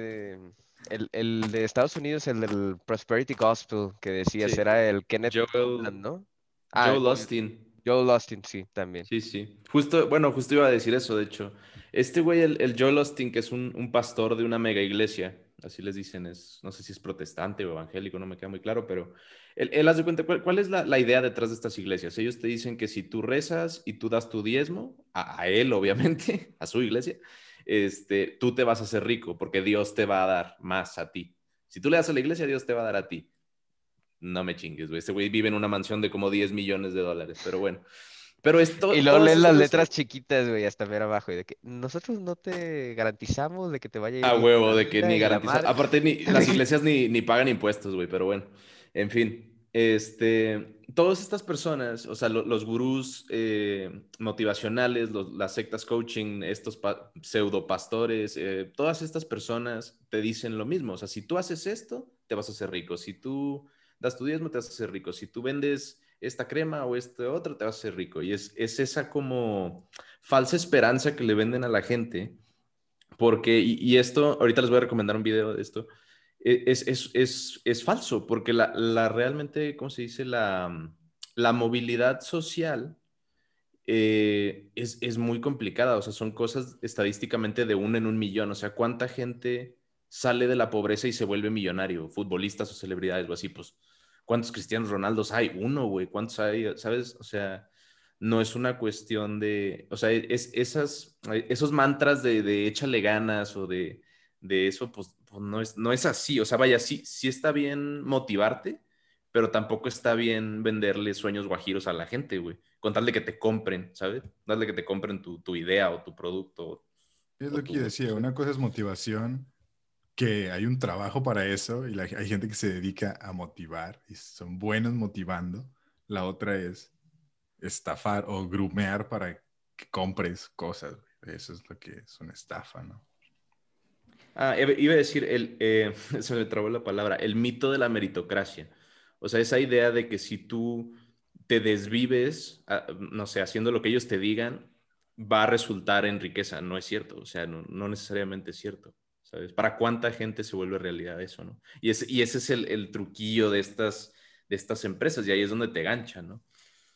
el de Estados Unidos, el del Prosperity Gospel que decías, Sí. era el Kenneth Copeland, Joel, ¿no? Joel Austin. Joel Austin, sí, también. Sí, sí. Justo iba a decir eso, de hecho. Este güey, el Joel Austin, que es un pastor de una mega iglesia, así les dicen, no sé si es protestante o evangélico, no me queda muy claro, pero él hace cuenta, ¿cuál es la idea detrás de estas iglesias? Ellos te dicen que si tú rezas y tú das tu diezmo, a él, obviamente, a su iglesia, tú te vas a hacer rico, porque Dios te va a dar más a ti. Si tú le das a la iglesia, Dios te va a dar a ti. No me chingues, güey. Este güey vive en una mansión de como 10 millones de dólares, pero bueno. Pero Y luego todas leen las estas... letras chiquitas, güey, hasta ver abajo, y de que nosotros no te garantizamos de que te vaya a ir A bien en huevo, la de que vida ni y la garantiza. madre. Aparte, las iglesias ni pagan impuestos, güey, pero bueno. En fin, todas estas personas, o sea, los gurús motivacionales, las sectas coaching, estos pseudo pastores, todas estas personas te dicen lo mismo. O sea, si tú haces esto, te vas a hacer rico. Si tú das tu diezmo, te vas a hacer rico. Si tú vendes esta crema o este otro, te vas a hacer rico. Y es esa como falsa esperanza que le venden a la gente. Porque, y esto, ahorita les voy a recomendar un video de esto, es falso, porque realmente, ¿cómo se dice? La movilidad social es muy complicada, o sea, son cosas estadísticamente de 1 en 1 millón, o sea, ¿cuánta gente sale de la pobreza y se vuelve millonario? Futbolistas o celebridades o así, pues, ¿cuántos Cristianos Ronaldos hay? Uno, güey, ¿cuántos hay? ¿Sabes? O sea, no es una cuestión de, o sea, esos mantras de échale ganas o de eso, pues no es así, o sea, vaya, sí está bien motivarte, pero tampoco está bien venderle sueños guajiros a la gente, güey, con tal de que te compren, ¿sabes? Darle que te compren tu idea o tu producto Es o lo que yo tu... decía, una cosa es motivación, que hay un trabajo para eso y hay gente que se dedica a motivar y son buenos motivando. La otra es estafar o grumear para que compres cosas, güey. Eso es lo que es una estafa, ¿no? Iba a decir, se me trabó la palabra, el mito de la meritocracia. O sea, esa idea de que si tú te desvives, no sé, haciendo lo que ellos te digan, va a resultar en riqueza. No es cierto, o sea, no necesariamente es cierto, ¿sabes? ¿Para cuánta gente se vuelve realidad eso, no? Y ese es el truquillo de estas empresas, y ahí es donde te ganchan, ¿no?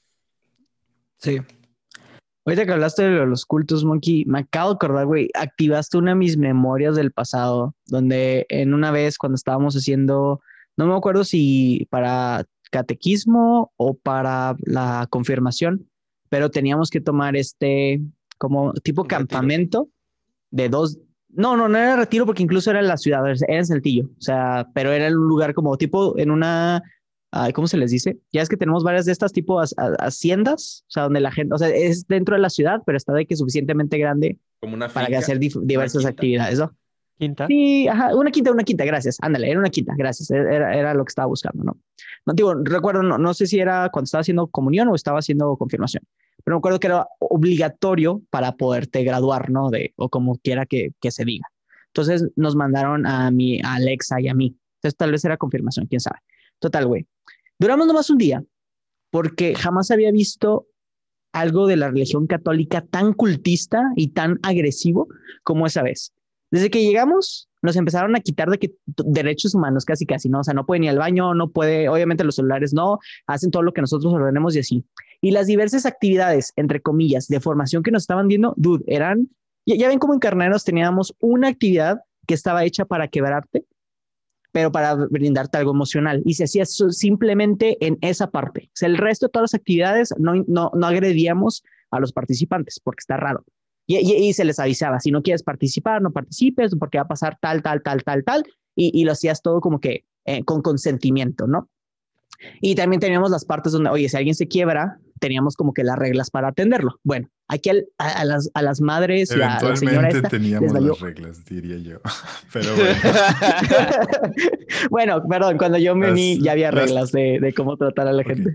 Sí. Ahorita que hablaste de los cultos, Monkey, me acabo de acordar, güey, activaste una de mis memorias del pasado, donde en una vez cuando estábamos haciendo, no me acuerdo si para catequismo o para la confirmación, pero teníamos que tomar como tipo Un retiro. campamento de dos. No era retiro porque incluso era en la ciudad, era en Saltillo, o sea, pero era en un lugar como tipo en una, ¿cómo se les dice? Ya es que tenemos varias de estas tipo haciendas, o sea, donde la gente, o sea, es dentro de la ciudad, pero está de que suficientemente grande Como una para finca, hacer una diversas quinta. actividades, ¿no? Quinta. Sí, ajá, una quinta, gracias. Ándale, era una quinta, gracias. Era lo que estaba buscando, ¿no? No digo, recuerdo, no sé si era cuando estaba haciendo comunión o estaba haciendo confirmación, pero me acuerdo que era obligatorio para poderte graduar, ¿no? O como quiera que se diga. Entonces nos mandaron a Alexa y a mí. Entonces tal vez era confirmación, quién sabe. Total, güey. Duramos nomás un día porque jamás había visto algo de la religión católica tan cultista y tan agresivo como esa vez. Desde que llegamos, nos empezaron a quitar de que derechos humanos casi, ¿no? O sea, no puede ni al baño, no puede, obviamente los celulares no, hacen todo lo que nosotros ordenemos y así. Y las diversas actividades, entre comillas, de formación que nos estaban viendo, dude, eran, ya ven cómo en Carneros teníamos una actividad que estaba hecha para quebrarte, pero para brindarte algo emocional. Y se hacía simplemente en esa parte. O sea, el resto de todas las actividades no agredíamos a los participantes porque está raro. Y se les avisaba, si no quieres participar, no participes, porque va a pasar tal. Y lo hacías todo como que con consentimiento, ¿no? Y también teníamos las partes donde, oye, si alguien se quiebra, teníamos como que las reglas para atenderlo. Bueno, aquí a las madres y a la señora Eventualmente esta teníamos les valió. las reglas, diría yo. Pero bueno. Bueno, perdón, cuando yo me uní ya había reglas de cómo tratar a la gente.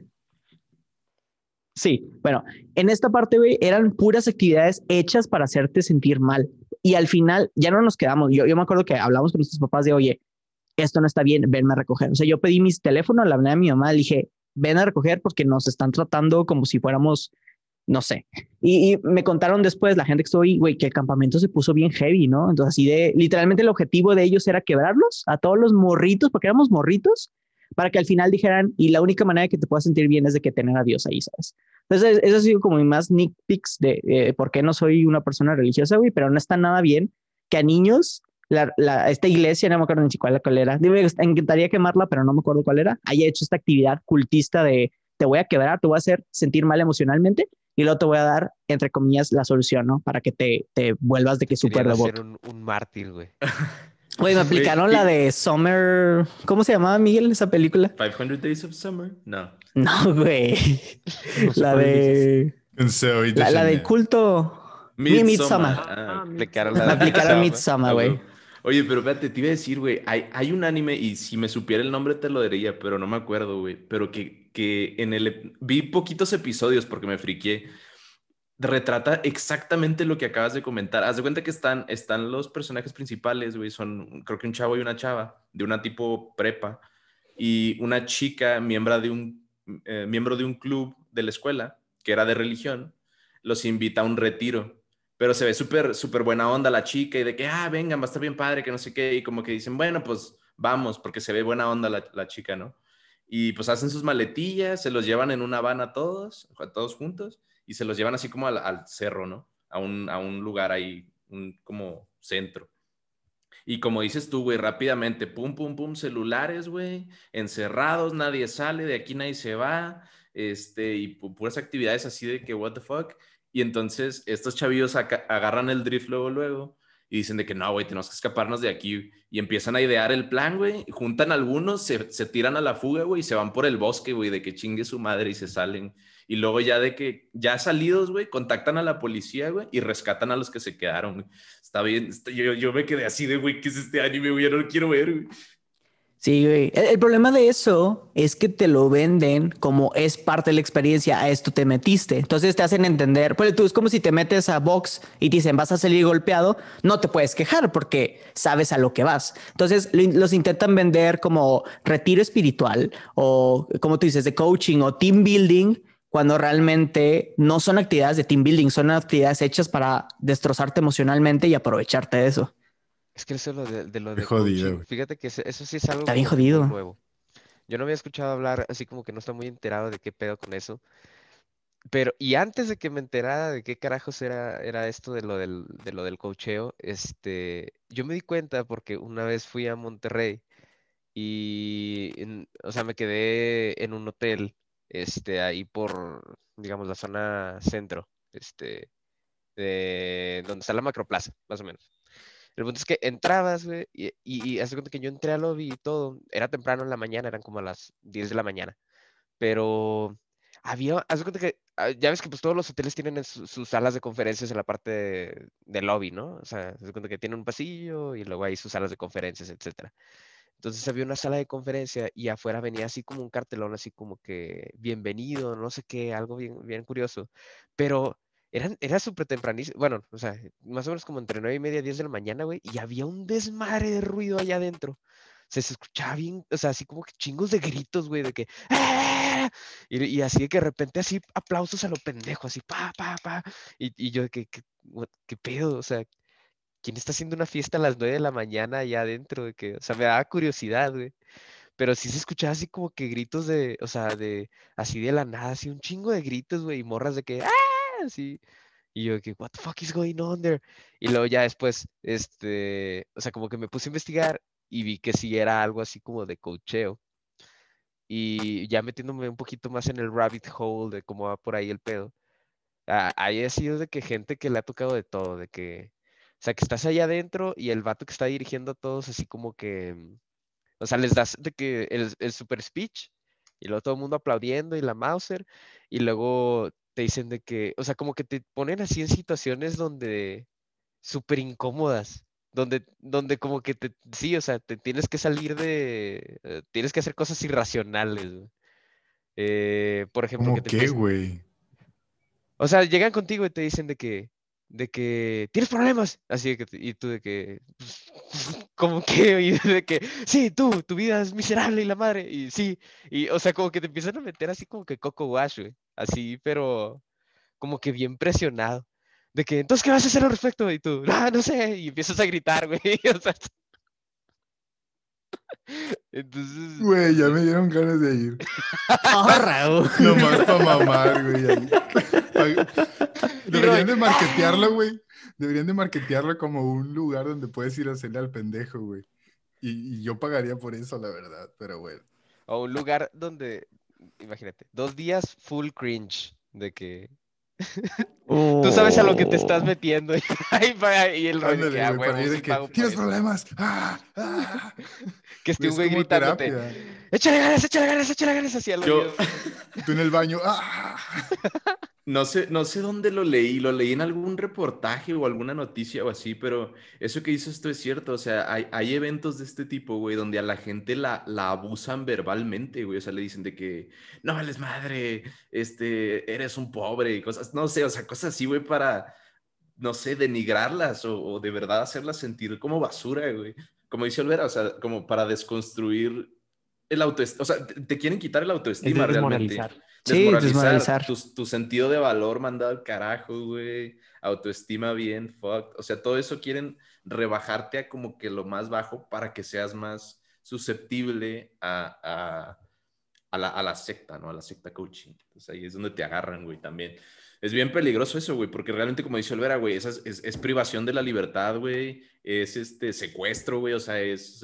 Sí, bueno, en esta parte, güey, eran puras actividades hechas para hacerte sentir mal. Y al final ya no nos quedamos. Yo me acuerdo que hablamos con nuestros papás de, oye, esto no está bien, venme a recoger. O sea, yo pedí mis teléfonos, la hablé a mi mamá, le dije, ven a recoger porque nos están tratando como si fuéramos, no sé. Y me contaron después, la gente que estuvo ahí, güey, que el campamento se puso bien heavy, ¿no? Entonces, así de, literalmente el objetivo de ellos era quebrarlos a todos los morritos, porque éramos morritos, para que al final dijeran, y la única manera de que te puedas sentir bien es de que tener a Dios ahí, ¿sabes? Entonces, eso ha sido como mi más nitpicks de por qué no soy una persona religiosa, güey, pero no está nada bien que a niños esta iglesia, no me acuerdo ni siquiera cuál era, me encantaría quemarla, pero no me acuerdo cuál era, haya hecho esta actividad cultista de te voy a quebrar, te voy a hacer sentir mal emocionalmente y luego te voy a dar, entre comillas, la solución, ¿no? Para que te vuelvas de que súper devoto. Ser un mártir, güey. Güey, me aplicaron la de Summer, ¿cómo se llamaba, Miguel, esa película? 500 Days of Summer, no. No, güey. No sé La cuál dices. de... La del culto. Midsommar. Aplicaron Me la de aplicaron Midsommar. Midsommar, güey. Oye, pero espérate, te iba a decir, güey, hay un anime, y si me supiera el nombre te lo diría, pero no me acuerdo, güey, pero que vi poquitos episodios porque me friqué. Retrata exactamente lo que acabas de comentar. Haz de cuenta que están los personajes principales, güey, son creo que un chavo y una chava, de una tipo prepa, y una chica, miembro de un club de la escuela, que era de religión, los invita a un retiro. Pero se ve súper, súper buena onda la chica y de que, vengan, va a estar bien padre, que no sé qué. Y como que dicen, bueno, pues vamos, porque se ve buena onda la chica, ¿no? Y pues hacen sus maletillas, se los llevan en una van a todos juntos, y se los llevan así como al cerro, ¿no? A un lugar ahí, un como centro. Y como dices tú, güey, rápidamente, pum, pum, pum, celulares, güey, encerrados, nadie sale, de aquí nadie se va, y puras actividades así de que, what the fuck. Y entonces estos chavillos agarran el drift luego, y dicen de que no, güey, tenemos que escaparnos de aquí. Y empiezan a idear el plan, güey, juntan algunos, se tiran a la fuga, güey, y se van por el bosque, güey, de que chingue su madre y se salen. Y luego ya de que, ya salidos, güey, contactan a la policía, güey, y rescatan a los que se quedaron, güey. Está bien, yo me quedé así de, güey, ¿qué es este anime, güey? Ya no lo quiero ver, güey. Sí, güey. El problema de eso es que te lo venden como es parte de la experiencia, a esto te metiste. Entonces te hacen entender, pues tú es como si te metes a box y te dicen vas a salir golpeado, no te puedes quejar porque sabes a lo que vas. Entonces los intentan vender como retiro espiritual o como tú dices, de coaching o team building, cuando realmente no son actividades de team building, son actividades hechas para destrozarte emocionalmente y aprovecharte de eso. Es que eso de lo Qué de jodido, coaching, güey. fíjate que eso sí es algo Está bien como que muy jodido. nuevo. Yo no había escuchado hablar, así como que no estoy muy enterado de qué pedo con eso. Pero, y antes de que me enterara de qué carajos era esto de lo del coacheo, yo me di cuenta porque una vez fui a Monterrey y, o sea, me quedé en un hotel, ahí por, digamos, la zona centro, de donde está la Macroplaza, más o menos. El punto es que entrabas, güey, y haz de cuenta que yo entré al lobby y todo. Era temprano en la mañana, eran como a las 10 de la mañana. Pero haz de cuenta que, ya ves que pues todos los hoteles tienen sus salas de conferencias en la parte del lobby, ¿no? O sea, haz de cuenta que tienen un pasillo y luego hay sus salas de conferencias, etcétera. Entonces había una sala de conferencia y afuera venía así como un cartelón, así como que bienvenido, no sé qué, algo bien, bien curioso. Pero era súper tempranísimo, bueno, o sea, más o menos como entre 9:30 y 10 de la mañana, güey, y había un desmadre de ruido allá adentro. O sea, se escuchaba bien, o sea, así como que chingos de gritos, güey, de que ¡ah! Y así de que de repente así aplausos a lo pendejo, así pa, pa, pa. Y yo de que, ¿qué pedo? O sea, ¿quién está haciendo una fiesta a las 9 de la mañana allá adentro? De que, o sea, me daba curiosidad, güey. Pero sí se escuchaba así como que gritos de, o sea, así de la nada, así un chingo de gritos, güey, y morras de que, ¡ah! Así. Y yo de que, what the fuck is going on there? Y luego ya después, o sea, como que me puse a investigar y vi que sí era algo así como de coacheo. Y ya metiéndome un poquito más en el rabbit hole de cómo va por ahí el pedo. Ahí ha sido de que gente que le ha tocado de todo, de que, o sea, que estás allá adentro y el vato que está dirigiendo a todos así como que, o sea, les das de que el super speech y luego todo el mundo aplaudiendo y la Mauser y luego te dicen de que, o sea, como que te ponen así en situaciones donde súper incómodas, donde como que sí, o sea, te tienes que salir tienes que hacer cosas irracionales, güey. Por ejemplo, que ¿Cómo te qué, empiezan, güey? o sea, llegan contigo y te dicen de que tienes problemas, así de que, y tú de que, pues, como que, y de que, sí, tu vida es miserable y la madre, y sí, y, o sea, como que te empiezan a meter así como que Coco Wash, güey, así, pero como que bien presionado, de que, entonces, ¿qué vas a hacer al respecto? Y tú, no sé, y empiezas a gritar, güey, o sea, entonces, Güey, ya me dieron ganas de ir. ¡Oh, Raúl! Nomás para mamar, güey. Ahí. y Roy, Deberían de marketearlo, güey. Deberían de marketearlo como un lugar donde puedes ir a hacerle al pendejo, güey. Y yo pagaría por eso, la verdad, pero bueno. a un lugar donde, imagínate, 2 días full cringe, de que tú sabes a lo que te estás Oh. metiendo. Y el Roy de que, Ándale, güey, para huevo, ir de sí que pago por tienes eso. problemas. ¡Ah! ¡Ah! Que esté Güey, un es güey como gritándote, terapia. échale ganas, así al Yo, oído. Tú en el baño. ¡Ah! no sé dónde lo leí en algún reportaje o alguna noticia o así, pero eso que dices esto es cierto, o sea, hay eventos de este tipo, güey, donde a la gente la abusan verbalmente, güey, o sea, le dicen de que, no vales madre, eres un pobre y cosas, no sé, o sea, cosas así, güey, para, no sé, denigrarlas o de verdad hacerlas sentir como basura, güey, como dice Olvera, o sea, como para desconstruir el autoestima, o sea, te quieren quitar el Es autoestima realmente, desmoralizar. Sí, desmoralizar desmoralizar. tu sentido de valor mandado al carajo, güey, autoestima bien, fuck, o sea, todo eso quieren rebajarte a como que lo más bajo para que seas más susceptible a la secta, ¿no? A la secta coaching. Entonces ahí es donde te agarran, güey, también. Es bien peligroso eso, güey, porque realmente, como dice Olvera, güey, es privación de la libertad, güey, es secuestro, güey, o sea,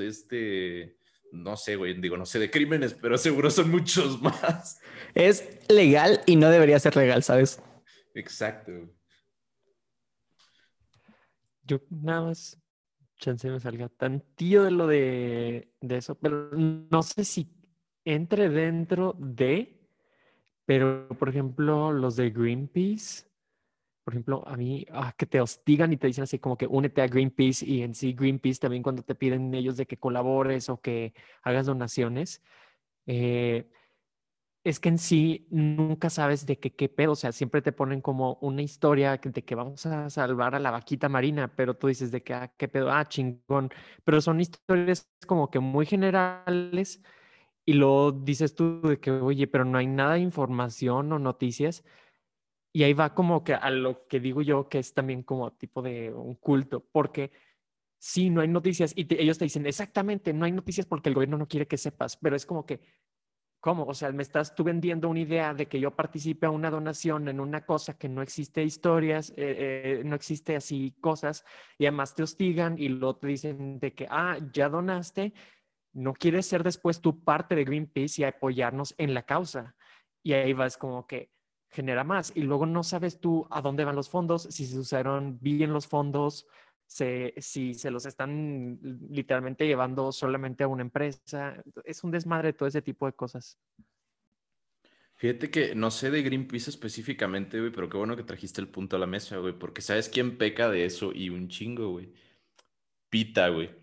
no sé, güey, digo, no sé de crímenes, pero seguro son muchos más. Es legal y no debería ser legal, ¿sabes? Exacto, güey. Yo nada más, chance me salga tantillo de lo de eso, pero no sé si entre dentro de, pero por ejemplo, los de Greenpeace, por ejemplo, a mí, que te hostigan y te dicen así como que únete a Greenpeace y en sí Greenpeace también cuando te piden ellos de que colabores o que hagas donaciones, eh, es que en sí nunca sabes de qué pedo, o sea, siempre te ponen como una historia de que vamos a salvar a la vaquita marina, pero tú dices de que, qué pedo, chingón, pero son historias como que muy generales y luego dices tú de que, oye, pero no hay nada de información o noticias y ahí va como que a lo que digo yo, que es también como tipo de un culto, porque sí, no hay noticias y ellos te dicen, exactamente, no hay noticias porque el gobierno no quiere que sepas, pero es como que ¿cómo? O sea, me estás tú vendiendo una idea de que yo participe a una donación en una cosa que no existe historias, no existe así cosas, y además te hostigan y luego te dicen de que, ya donaste, no quieres ser después tú parte de Greenpeace y apoyarnos en la causa. Y ahí vas como que genera más. Y luego no sabes tú a dónde van los fondos, si se usaron bien los fondos, si se los están literalmente llevando solamente a una empresa. Es un desmadre todo ese tipo de cosas. Fíjate que no sé de Greenpeace específicamente, güey, pero qué bueno que trajiste el punto a la mesa, güey, porque ¿sabes quién peca de eso? Y un chingo, güey. PETA, güey.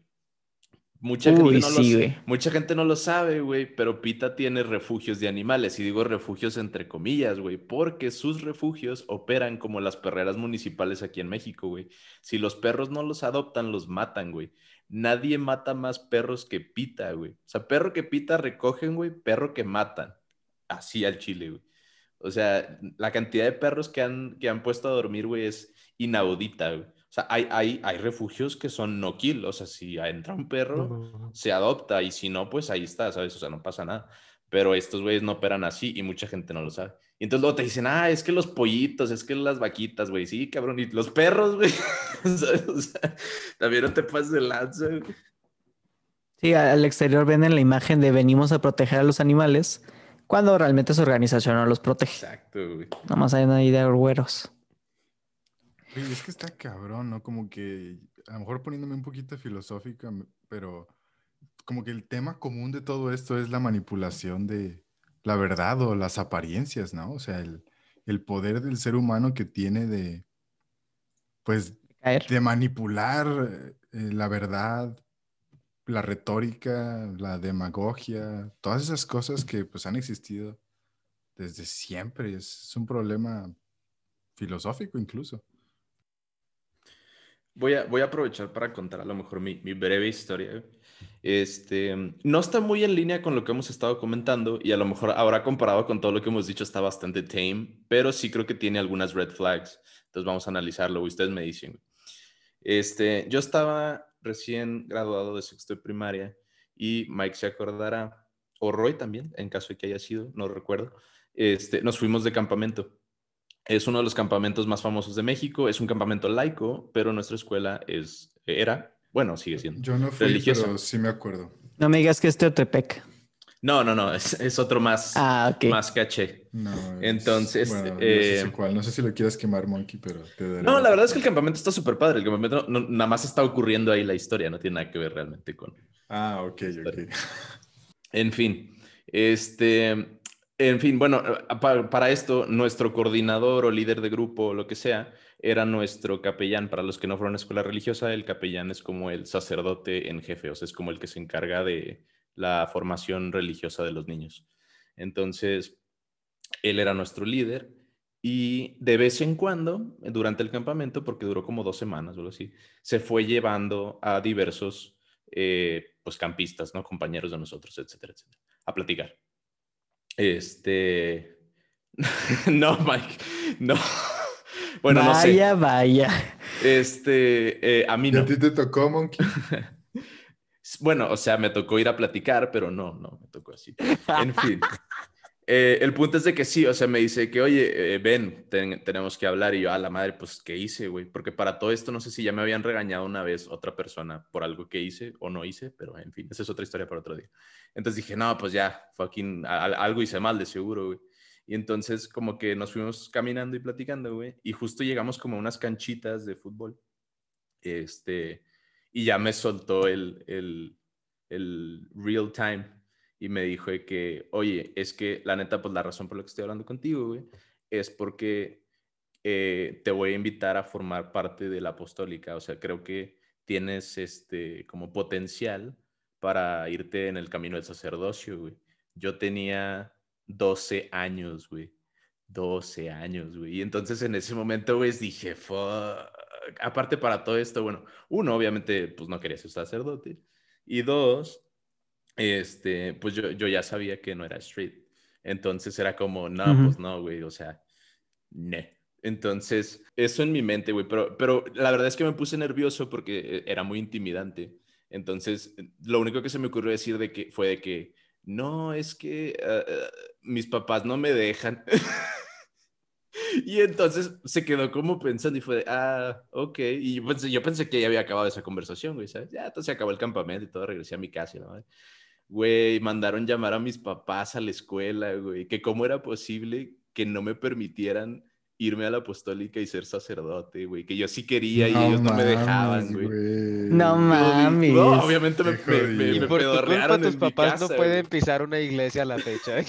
Uy, sí, güey. Mucha gente no lo sabe, güey, pero PETA tiene refugios de animales, y digo refugios entre comillas, güey, porque sus refugios operan como las perreras municipales aquí en México, güey. Si los perros no los adoptan, los matan, güey. Nadie mata más perros que PETA, güey. O sea, perro que PETA recogen, güey, perro que matan. Así al chile, güey. O sea, la cantidad de perros que han puesto a dormir, güey, es inaudita, güey. O sea, hay refugios que son no kill. O sea, si entra un perro, No. se adopta. Y si no, pues ahí está, ¿sabes? O sea, no pasa nada. Pero estos güeyes no operan así y mucha gente no lo sabe. Y entonces luego te dicen, es que los pollitos, es que las vaquitas, güey. Sí, cabrón. Y los perros, güey. ¿Sabes? O sea, también no te pases de lanza, güey. Sí, al exterior venden la imagen de venimos a proteger a los animales, cuando realmente su organización no los protege. Exacto, güey. Nada más hay una idea de güeros. Oye, es que está cabrón, ¿no? Como que, a lo mejor poniéndome un poquito filosófica, pero como que el tema común de todo esto es la manipulación de la verdad o las apariencias, ¿no? O sea, el poder del ser humano que tiene de, pues, Caer. de manipular la verdad, la retórica, la demagogia, todas esas cosas que pues han existido desde siempre. Es un problema filosófico incluso. Voy a aprovechar para contar a lo mejor mi breve historia. No está muy en línea con lo que hemos estado comentando y a lo mejor ahora comparado con todo lo que hemos dicho está bastante tame, pero sí creo que tiene algunas red flags. Entonces vamos a analizarlo. Ustedes me dicen. Yo estaba recién graduado de sexto de primaria y Mike se acordará, o Roy también, en caso de que haya sido, no recuerdo. Nos fuimos de campamento. Es uno de los campamentos más famosos de México. Es un campamento laico, pero nuestra escuela bueno, sigue siendo Yo no fui, religiosa. pero sí me acuerdo. No me digas que es Teotepec. No, es otro Ok. más caché. No, Entonces, bueno, yo sí sé cuál. No sé si lo quieres quemar, Monkey, pero te daré no, la verdad es que el oportunidad. campamento está súper padre. El campamento nada más está ocurriendo ahí la historia, no tiene nada que ver realmente con Ok, la historia. ok. En fin, bueno, para esto, nuestro coordinador o líder de grupo o lo que sea, era nuestro capellán. Para los que no fueron a escuela religiosa, el capellán es como el sacerdote en jefe, o sea, es como el que se encarga de la formación religiosa de los niños. Entonces, él era nuestro líder y de vez en cuando, durante el campamento, porque duró como 2 semanas o algo así, se fue llevando a diversos pues campistas, ¿no? Compañeros de nosotros, etcétera, etcétera, a platicar. No, Mike, no. Bueno, no sé. Vaya. A mí ¿Y a no. ti te tocó, Monkey? Bueno, o sea, me tocó ir a platicar, pero no, me tocó así. En fin. El punto es de que sí, o sea, me dice que, oye, ven, tenemos que hablar. Y yo, a la madre, pues, ¿qué hice, güey? Porque para todo esto, no sé si ya me habían regañado una vez otra persona por algo que hice o no hice, pero en fin, esa es otra historia para otro día. Entonces dije, no, pues ya, fucking, algo hice mal, de seguro, güey. Y entonces, como que nos fuimos caminando y platicando, güey, y justo llegamos como a unas canchitas de fútbol. Y ya me soltó el real time y me dijo de que, oye, es que la neta, pues la razón por la que estoy hablando contigo, güey, es porque te voy a invitar a formar parte de la apostólica. O sea, creo que tienes como potencial para irte en el camino del sacerdocio, güey. Yo tenía 12 años, güey. 12 años, güey. Y entonces en ese momento, güey, dije, fuck. Aparte para todo esto, bueno, uno, obviamente, pues no quería ser sacerdote. Y dos, pues yo ya sabía que no era street. Entonces era como, no, pues no, güey, o sea, no. Entonces, eso en mi mente, güey, pero la verdad es que me puse nervioso porque era muy intimidante. Entonces, lo único que se me ocurrió decir fue de que, no, es que mis papás no me dejan. Y entonces se quedó como pensando y fue de, ok. Y yo pensé que ya había acabado esa conversación, güey, ¿sabes? Ya, entonces se acabó el campamento y todo, regresé a mi casa y la madre. Güey, mandaron llamar a mis papás a la escuela, güey, que cómo era posible que no me permitieran irme a la apostólica y ser sacerdote, güey, que yo sí quería y No ellos no me mames, dejaban, güey. No güey. No, mames. obviamente Qué Y me jodido. por tu culpa pedorrearon tus en mi papás no casa, pueden güey. pisar una iglesia a la fecha.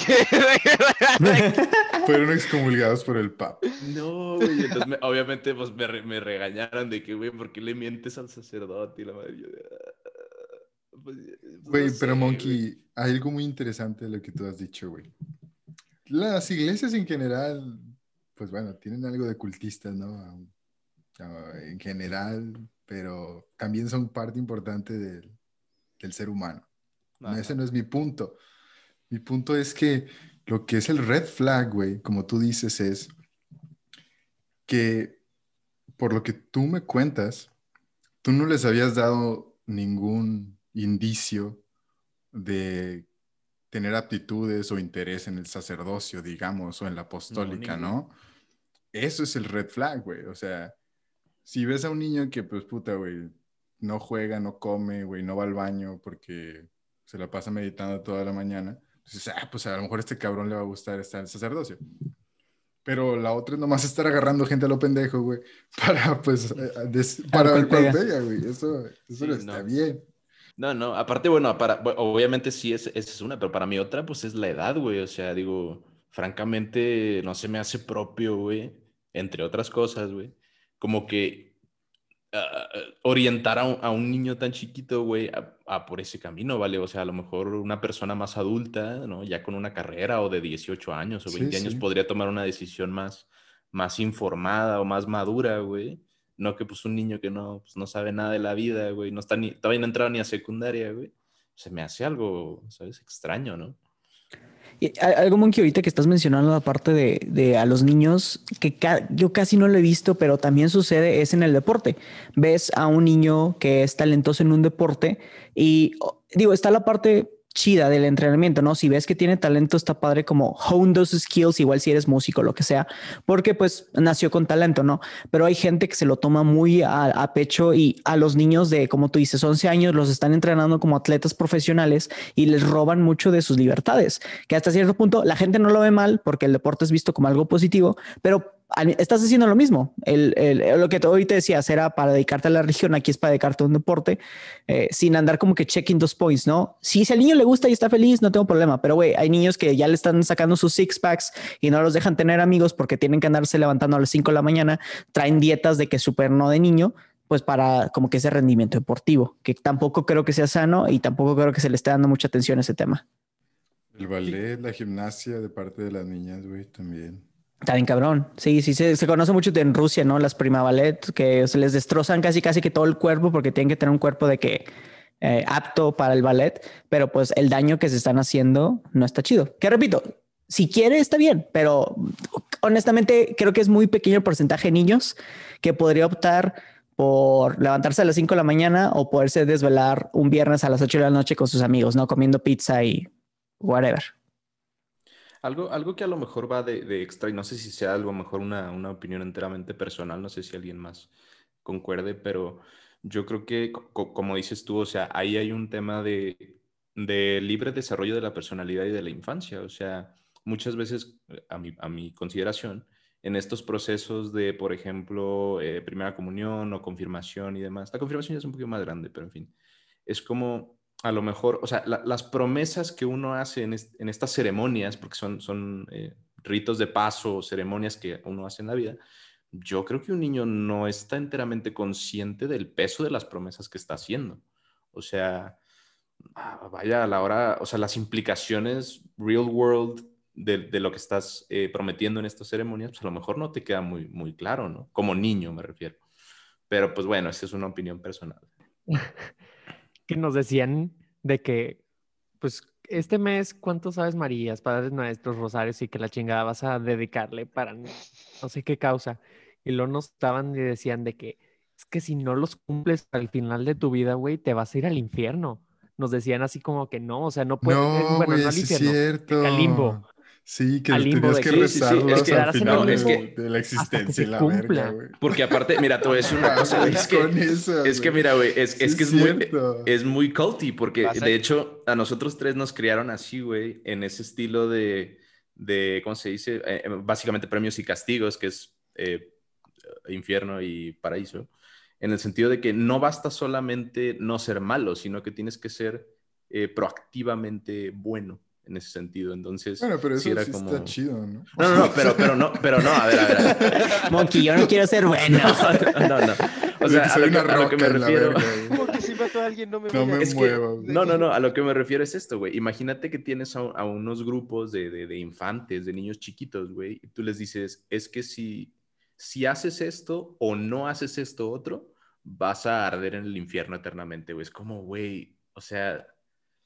Fueron excomulgados por el Papa. No, güey, entonces obviamente pues me regañaron de que, güey, ¿por qué le mientes al sacerdote? Y la madre, yo de, pues no Güey, pero sé, güey. Monkey, hay algo muy interesante de lo que tú has dicho, güey. Las iglesias en general, pues bueno, tienen algo de cultistas, ¿no? En general, pero también son parte importante del ser humano. Ese Ajá. no es mi punto. Mi punto es que lo que es el red flag, güey, como tú dices, es que por lo que tú me cuentas, tú no les habías dado ningún indicio de tener aptitudes o interés en el sacerdocio, digamos, o en la apostólica, ninguno. ¿no? Eso es el red flag, güey. O sea, si ves a un niño que, pues, puta, güey, no juega, no come, güey, no va al baño porque se la pasa meditando toda la mañana, dices, pues a lo mejor a este cabrón le va a gustar estar en el sacerdocio. Pero la otra es nomás estar agarrando gente a lo pendejo, güey, para, pues, para ver cuál pega, güey. Eso Sí, no está no. bien. No, aparte, bueno, obviamente sí, esa es una, pero para mí otra, pues es la edad, güey. O sea, digo, francamente, no se me hace propio, güey, entre otras cosas, güey. Como que orientar a un niño tan chiquito, güey, a por ese camino, ¿vale? O sea, a lo mejor una persona más adulta, ¿no? Ya con una carrera o de 18 años o Sí, 20 años sí. podría tomar una decisión más informada o más madura, güey. No que pues un niño que no, pues, no sabe nada de la vida, güey, no está todavía no ha entrado ni a secundaria, güey. Se me hace algo, ¿sabes? Extraño, ¿no? Y algo, Monkey, ahorita que estás mencionando la parte de a los niños, que yo casi no lo he visto, pero también sucede, es en el deporte. Ves a un niño que es talentoso en un deporte y digo, está la parte chida del entrenamiento, ¿no? Si ves que tiene talento, está padre como hone those skills, igual si eres músico, lo que sea, porque pues nació con talento, ¿no? Pero hay gente que se lo toma muy a pecho y a los niños de, como tú dices, 11 años los están entrenando como atletas profesionales y les roban mucho de sus libertades, que hasta cierto punto la gente no lo ve mal porque el deporte es visto como algo positivo, pero estás haciendo lo mismo. Lo que ahorita decías era para dedicarte a la religión, aquí es para dedicarte a un deporte, sin andar como que checking those points, ¿no? Si al niño le gusta y está feliz, no tengo problema, pero güey, hay niños que ya le están sacando sus six packs y no los dejan tener amigos porque tienen que andarse levantando a las 5 de la mañana, traen dietas de que súper no de niño, pues para como que ese rendimiento deportivo, que tampoco creo que sea sano y tampoco creo que se le esté dando mucha atención a ese tema. El ballet, la gimnasia de parte de las niñas, güey, también. Está bien cabrón. Sí, se conoce mucho en Rusia, ¿no? Las prima ballet, que se les destrozan casi que todo el cuerpo porque tienen que tener un cuerpo de que apto para el ballet, pero pues el daño que se están haciendo no está chido. Que repito, si quiere está bien, pero honestamente creo que es muy pequeño el porcentaje de niños que podría optar por levantarse a las 5 de la mañana o poderse desvelar un viernes a las 8 de la noche con sus amigos, ¿no? Comiendo pizza y whatever. Algo que a lo mejor va de extra, y no sé si sea algo mejor una opinión enteramente personal, no sé si alguien más concuerde, pero yo creo que, como dices tú, o sea, ahí hay un tema de libre desarrollo de la personalidad y de la infancia. O sea, muchas veces, a mi consideración, en estos procesos de, por ejemplo, primera comunión o confirmación y demás, la confirmación ya es un poquito más grande, pero en fin, es como a lo mejor, o sea, las promesas que uno hace en estas ceremonias, porque son ritos de paso, ceremonias que uno hace en la vida, yo creo que un niño no está enteramente consciente del peso de las promesas que está haciendo. O sea, vaya a la hora, o sea, las implicaciones real world de lo que estás prometiendo en estas ceremonias, pues a lo mejor no te queda muy claro, ¿no? Como niño me refiero. Pero pues bueno, esa es una opinión personal. Que nos decían de que, pues, este mes, ¿cuántos Aves Marías, Padres Nuestros, Rosarios y que la chingada vas a dedicarle para no sé qué causa? Y luego nos estaban y decían de que es que si no los cumples al final de tu vida, güey, te vas a ir al infierno. Nos decían así como que no, o sea, no puedes, No, bueno, no güey, al sí es infierno, de que al limbo, cierto. Sí, que al limbo tenías de que que Sí, es rezarlos que, al quedarás en el final no, es limbo que de la hasta que existencia y se la verga, cumpla. güey. porque aparte, mira, te voy a decir una cosa, güey, Mames con eso, es que güey. mira, güey, Sí es que es cierto. es muy culty, porque Pasa, de hecho a nosotros tres nos criaron así, güey, en ese estilo ¿cómo se dice? Básicamente premios y castigos, que es infierno y paraíso, en el sentido de que no basta solamente no ser malo, sino que tienes que ser proactivamente bueno en ese sentido. Entonces, Bueno, pero sí eso era sí está como... chido, ¿no? Pero no, a ver. Monkey, yo no quiero ser bueno. No. O De que sea, soy una a lo que roca me en la refiero... verga, güey. porque si mato a alguien no me No voy a me Es ir. que, muevo, güey. no, a lo que me refiero es esto, güey. Imagínate que tienes a unos grupos de infantes, de niños chiquitos, güey, y tú les dices, es que si haces esto o no haces esto otro, vas a arder en el infierno eternamente, güey. Es como, güey, o sea,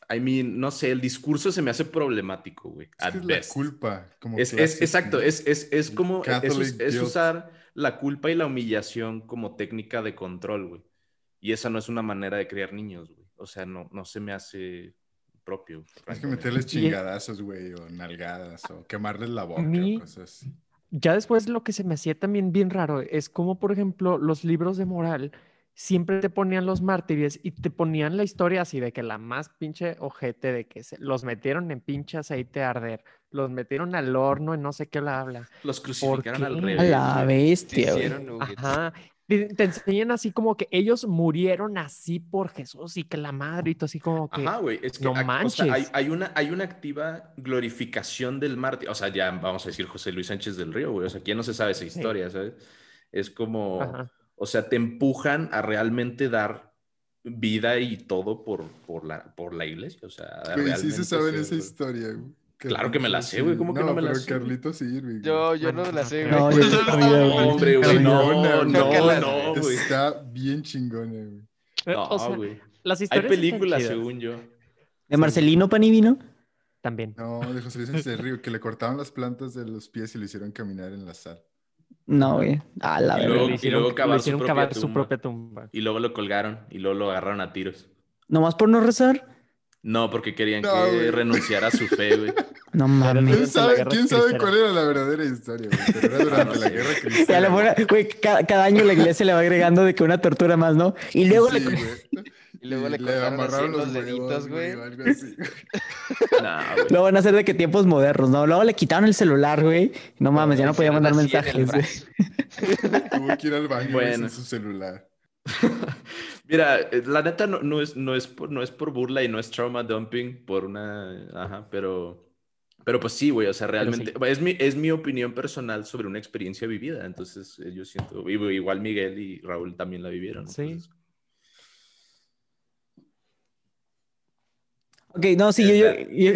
I mean, no sé, el discurso se me hace problemático, güey. Es que At es la best. culpa, como Es clásico, exacto, ¿no? es El como, Catholic es guilt. usar la culpa y la humillación como técnica de control, güey. Y esa no es una manera de criar niños, güey. O sea, no se me hace propio, Es que francamente. meterles Y chingadazos, güey, o nalgadas, o quemarles la a boca, o mí, cosas así. ya después lo que se me hacía también bien raro es como, por ejemplo, los libros de moral siempre te ponían los mártires y te ponían la historia así de que la más pinche ojete de que los metieron en pinche aceite a arder, los metieron al horno y no sé qué la habla. Los ¿Por crucificaron al qué? A revés, la güey. Se bestia, güey. hicieron nuggets. Ajá. Te enseñan así como que ellos murieron así por Jesús y que la madre y todo así como Ajá, que güey. Es que, no o sea, manches. hay una activa glorificación del mártir. O sea, ya vamos a decir José Luis Sánchez del Río, güey. O sea, ¿quién no se sabe esa Sí. historia, sabes? Es como, Ajá. o sea, te empujan a realmente dar vida y todo por la iglesia. O sea, a Güey, sí se realmente saben esa ser... historia, güey. Claro que me la Carlitos sé, güey. sí. ¿Cómo que no me la pero sé, güey? Carlitos sí, güey. Yo no me la sé, güey. No, yo Eso no no sabía, mames. güey. Hombre, güey, Chingona, no, güey. no, güey. Está bien chingona, güey. O No, sea, güey. las Hay historias están películas, chidas. según yo. ¿De Sí, Marcelino Panivino? también. No, de José Luis Sánchez del Río, que le cortaron las plantas de los pies y lo hicieron caminar en la sal. No, Ajá. güey. A la Y verga. luego, Le y hicieron, luego le cavar su hicieron propia cavar su tumba. propia tumba. Y luego lo colgaron y luego lo agarraron a tiros. ¿Nomás por no rezar? No, porque querían No, que güey. renunciara a su fe, güey. No Era mames. durante la guerra ¿Quién sabe cristera. cuál era la verdadera historia, güey? Pero era durante no la sé, guerra güey. Ya cristera. le güey. pone, güey, cada año la iglesia le va agregando de que una tortura más, ¿no? Y luego Sí, le... güey. Y luego le le cortaron así amarraron en los los deditos, huevos, güey, güey. o algo así. Nah, güey. Lo van a hacer de que tiempos modernos, ¿no? Luego le quitaron el celular, güey. No mames, ya Le no podía hicieron mandar así en el mensajes, güey. brazo. Tuvo que ir al baño, güey, sin Bueno. su celular. Mira, la neta no es por burla y no es trauma dumping por una... Ajá, pero pues sí, güey, o sea, Pero realmente sí. es mi opinión personal sobre una experiencia vivida, entonces yo siento, igual Miguel y Raúl también la vivieron. Sí. Entonces, Ok, no, sí, Es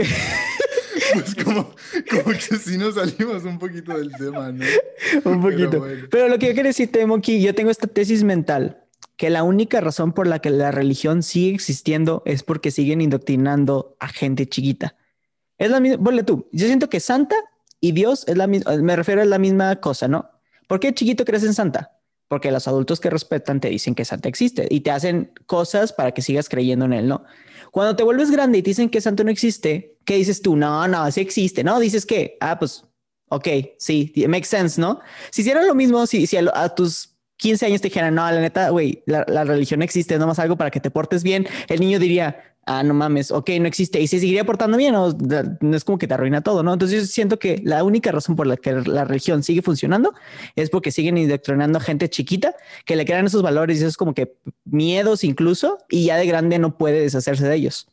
Pues como que sí nos salimos un poquito del tema, ¿no? un poquito. Pero bueno. Pero lo que yo quería decirte, Monkey, yo tengo esta tesis mental, que la única razón por la que la religión sigue existiendo es porque siguen indoctrinando a gente chiquita. Es la misma, ponle tú, yo siento que Santa y Dios es la misma, me refiero a la misma cosa, ¿no? ¿Por qué chiquito crees en Santa? Porque los adultos que respetan te dicen que Santa existe y te hacen cosas para que sigas creyendo en él, ¿no? Cuando te vuelves grande y te dicen que Santa no existe, ¿qué dices tú? No, sí existe, ¿no? Dices que, pues, ok, sí, makes sense, ¿no? Si hicieran lo mismo, si a tus 15 años te dijeran, no, la neta, güey, la religión existe, es nomás algo para que te portes bien, el niño diría, no mames, ok, no existe, y se seguiría portando bien, o no es como que te arruina todo, ¿no? Entonces yo siento que la única razón por la que la religión sigue funcionando es porque siguen indoctrinando a gente chiquita que le crean esos valores y esos como que miedos incluso, y ya de grande no puede deshacerse de ellos.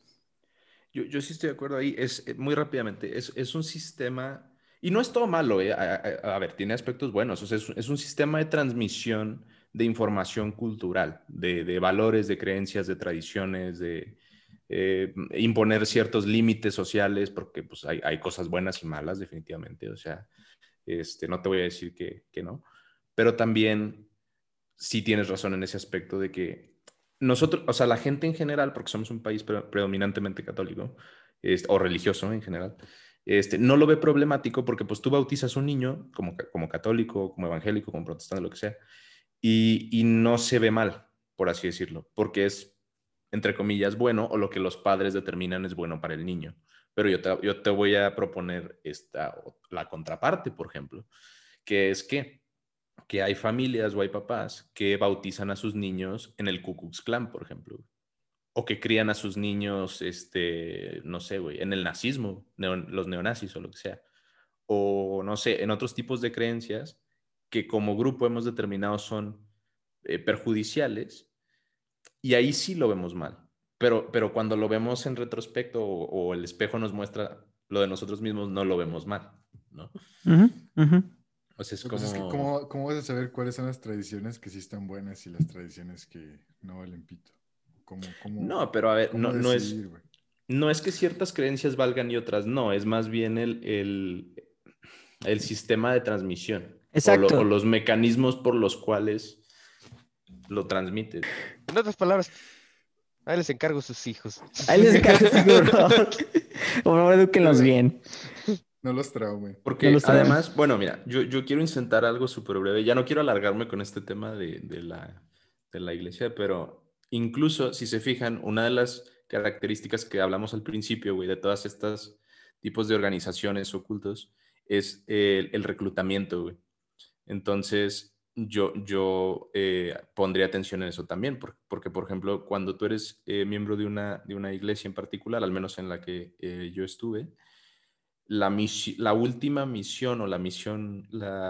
yo sí estoy de acuerdo ahí, muy rápidamente, es un sistema, y no es todo malo, a ver, tiene aspectos buenos, o sea, es un sistema de transmisión de información cultural, de valores, de creencias, de tradiciones, de imponer ciertos límites sociales, porque pues hay cosas buenas y malas, definitivamente, o sea, no te voy a decir que no, pero también sí tienes razón en ese aspecto de que nosotros, o sea, la gente en general, porque somos un país predominantemente católico, o religioso en general, no lo ve problemático porque pues tú bautizas un niño como católico, como evangélico, como protestante, lo que sea, y no se ve mal, por así decirlo, porque es, entre comillas, bueno, o lo que los padres determinan es bueno para el niño. Pero yo te voy a proponer la contraparte, por ejemplo, que es que hay familias o hay papás que bautizan a sus niños en el Ku Klux Klan, por ejemplo, o que crían a sus niños, no sé, güey, en el nazismo, los neonazis o lo que sea, o no sé, en otros tipos de creencias que como grupo hemos determinado son perjudiciales, y ahí sí lo vemos mal. Pero cuando lo vemos en retrospecto o el espejo nos muestra lo de nosotros mismos, no lo vemos mal, ¿no? O sea, es Pues es que como... ¿cómo vas a saber cuáles son las tradiciones que sí están buenas y las tradiciones que no valen pito? No, pero a ver, ¿Cómo decidir, güey? no es que ciertas creencias valgan y otras no, es más bien el sistema de transmisión Exacto. o los mecanismos por los cuales lo transmites. En otras palabras, Ahí les encargo sus hijos. Ahí les encargo seguro. Por favor, edúquenlos bien. No los traume. Porque No los traigo. además, bueno, mira, yo quiero intentar algo súper breve. Ya no quiero alargarme con este tema de la iglesia, pero incluso si se fijan, una de las características que hablamos al principio, güey, de todas estas tipos de organizaciones ocultos es el reclutamiento, güey. Entonces, yo pondría atención en eso también, porque, por ejemplo, cuando tú eres miembro de una iglesia en particular, al menos en la que yo estuve, la última misión o la misión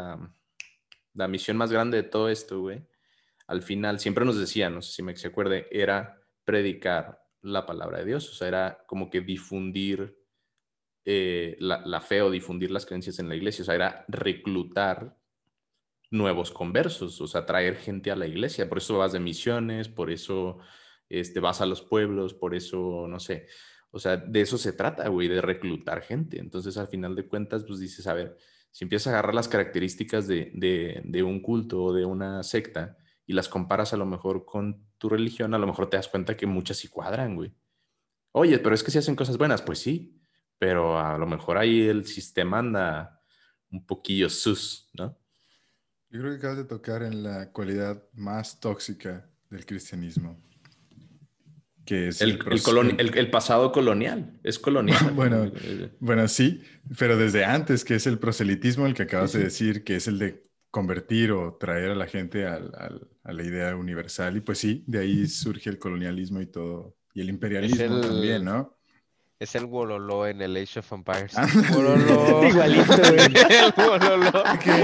más grande de todo esto, güey, al final siempre nos decían, no sé si se acuerde, era predicar la palabra de Dios, o sea, era como que difundir la fe o difundir las creencias en la iglesia, o sea, era reclutar nuevos conversos, o sea, traer gente a la iglesia, por eso vas de misiones, por eso vas a los pueblos, por eso, no sé, o sea, de eso se trata, güey, de reclutar gente. Entonces, al final de cuentas, pues dices, a ver, si empiezas a agarrar las características de un culto o de una secta y las comparas a lo mejor con tu religión, a lo mejor te das cuenta que muchas sí cuadran, güey. Oye, pero es que si hacen cosas buenas, pues sí, pero a lo mejor ahí el sistema anda un poquillo sus, ¿no? Yo creo que acabas de tocar en la cualidad más tóxica del cristianismo, que es El pasado colonial, es colonial. Bueno, sí, pero desde antes, que es el proselitismo, el que acabas Sí. de decir, que es el de convertir o traer a la gente a la idea universal. Y pues sí, de ahí surge el colonialismo y todo, y el imperialismo también, ¿no? Es el Wololo en el Age of Empires. Ándale. Wololo. Igualito, güey. El Wololo.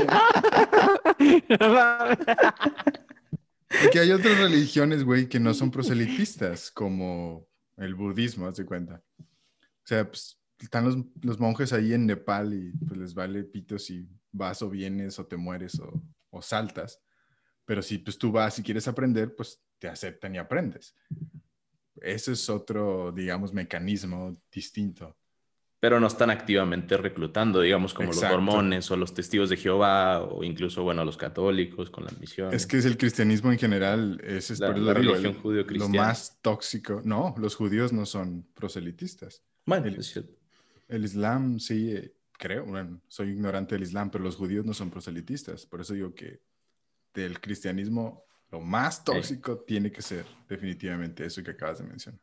Porque hay otras religiones, güey, que no son proselitistas, como el budismo, haz de cuenta. O sea, pues están los monjes ahí en Nepal y pues les vale pito si vas o vienes o te mueres o saltas. Pero si pues tú vas y quieres aprender, pues te aceptan y aprendes. Ese es otro, digamos, mecanismo distinto. Pero no están activamente reclutando, digamos, como Exacto. los mormones o los testigos de Jehová o incluso, bueno, los católicos con las misiones. Es que es el cristianismo en general, la religión judío-cristiana. Lo más tóxico. No, los judíos no son proselitistas. Bueno, es cierto. El Islam sí, creo, bueno, soy ignorante del Islam, pero los judíos no son proselitistas. Por eso digo que del cristianismo lo más tóxico tiene que ser definitivamente eso que acabas de mencionar.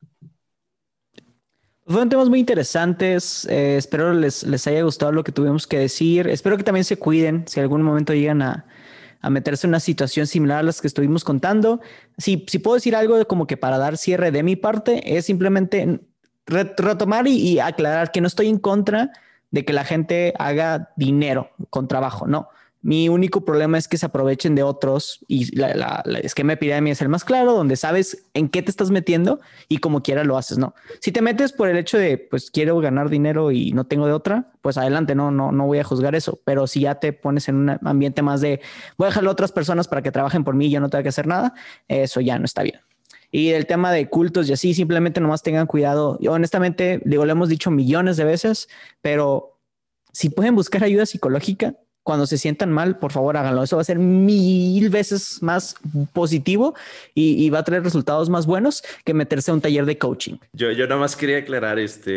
Fueron temas muy interesantes. Espero les haya gustado lo que tuvimos que decir. Espero que también se cuiden si algún momento llegan a meterse en una situación similar a las que estuvimos contando. Si puedo decir algo como que para dar cierre de mi parte, es simplemente retomar y aclarar que no estoy en contra de que la gente haga dinero con trabajo, no. Mi único problema es que se aprovechen de otros y el esquema de pirámide es el más claro, donde sabes en qué te estás metiendo y como quiera lo haces, ¿no? Si te metes por el hecho de, pues quiero ganar dinero y no tengo de otra, pues adelante, no voy a juzgar eso. Pero si ya te pones en un ambiente más de voy a dejarlo a otras personas para que trabajen por mí y yo no tengo que hacer nada, eso ya no está bien. Y el tema de cultos y así, simplemente nomás tengan cuidado. Yo honestamente, digo, lo hemos dicho millones de veces, pero si pueden buscar ayuda psicológica, cuando se sientan mal, por favor háganlo. Eso va a ser 1000 veces más positivo y va a traer resultados más buenos que meterse a un taller de coaching. Yo nada más quería aclarar,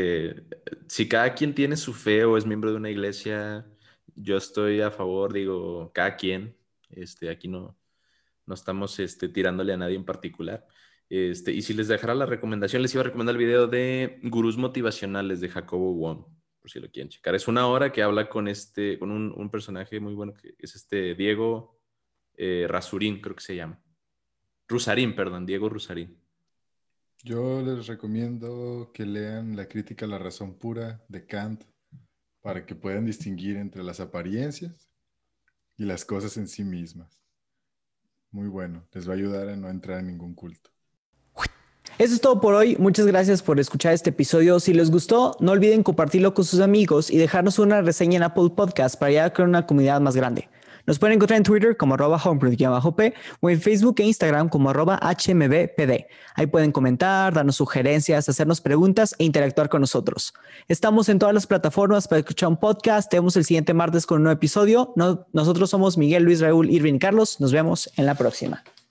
si cada quien tiene su fe o es miembro de una iglesia, yo estoy a favor, digo, cada quien, aquí no estamos tirándole a nadie en particular. Y si les dejara la recomendación, les iba a recomendar el video de Gurús Motivacionales de Jacobo Wong, por si lo quieren checar. Es 1 hora que habla con un personaje muy bueno que es Diego Rusarín, creo que se llama. Diego Rusarín. Yo les recomiendo que lean La crítica a la razón pura de Kant para que puedan distinguir entre las apariencias y las cosas en sí mismas. Muy bueno, les va a ayudar a no entrar en ningún culto. Eso es todo por hoy. Muchas gracias por escuchar este episodio. Si les gustó, no olviden compartirlo con sus amigos y dejarnos una reseña en Apple Podcast para llegar a crear una comunidad más grande. Nos pueden encontrar en Twitter como @homeprod_p o en Facebook e Instagram como @hmbpd. Ahí pueden comentar, darnos sugerencias, hacernos preguntas e interactuar con nosotros. Estamos en todas las plataformas para escuchar un podcast. Te vemos el siguiente martes con un nuevo episodio. Nosotros somos Miguel, Luis, Raúl, Irving y Carlos. Nos vemos en la próxima.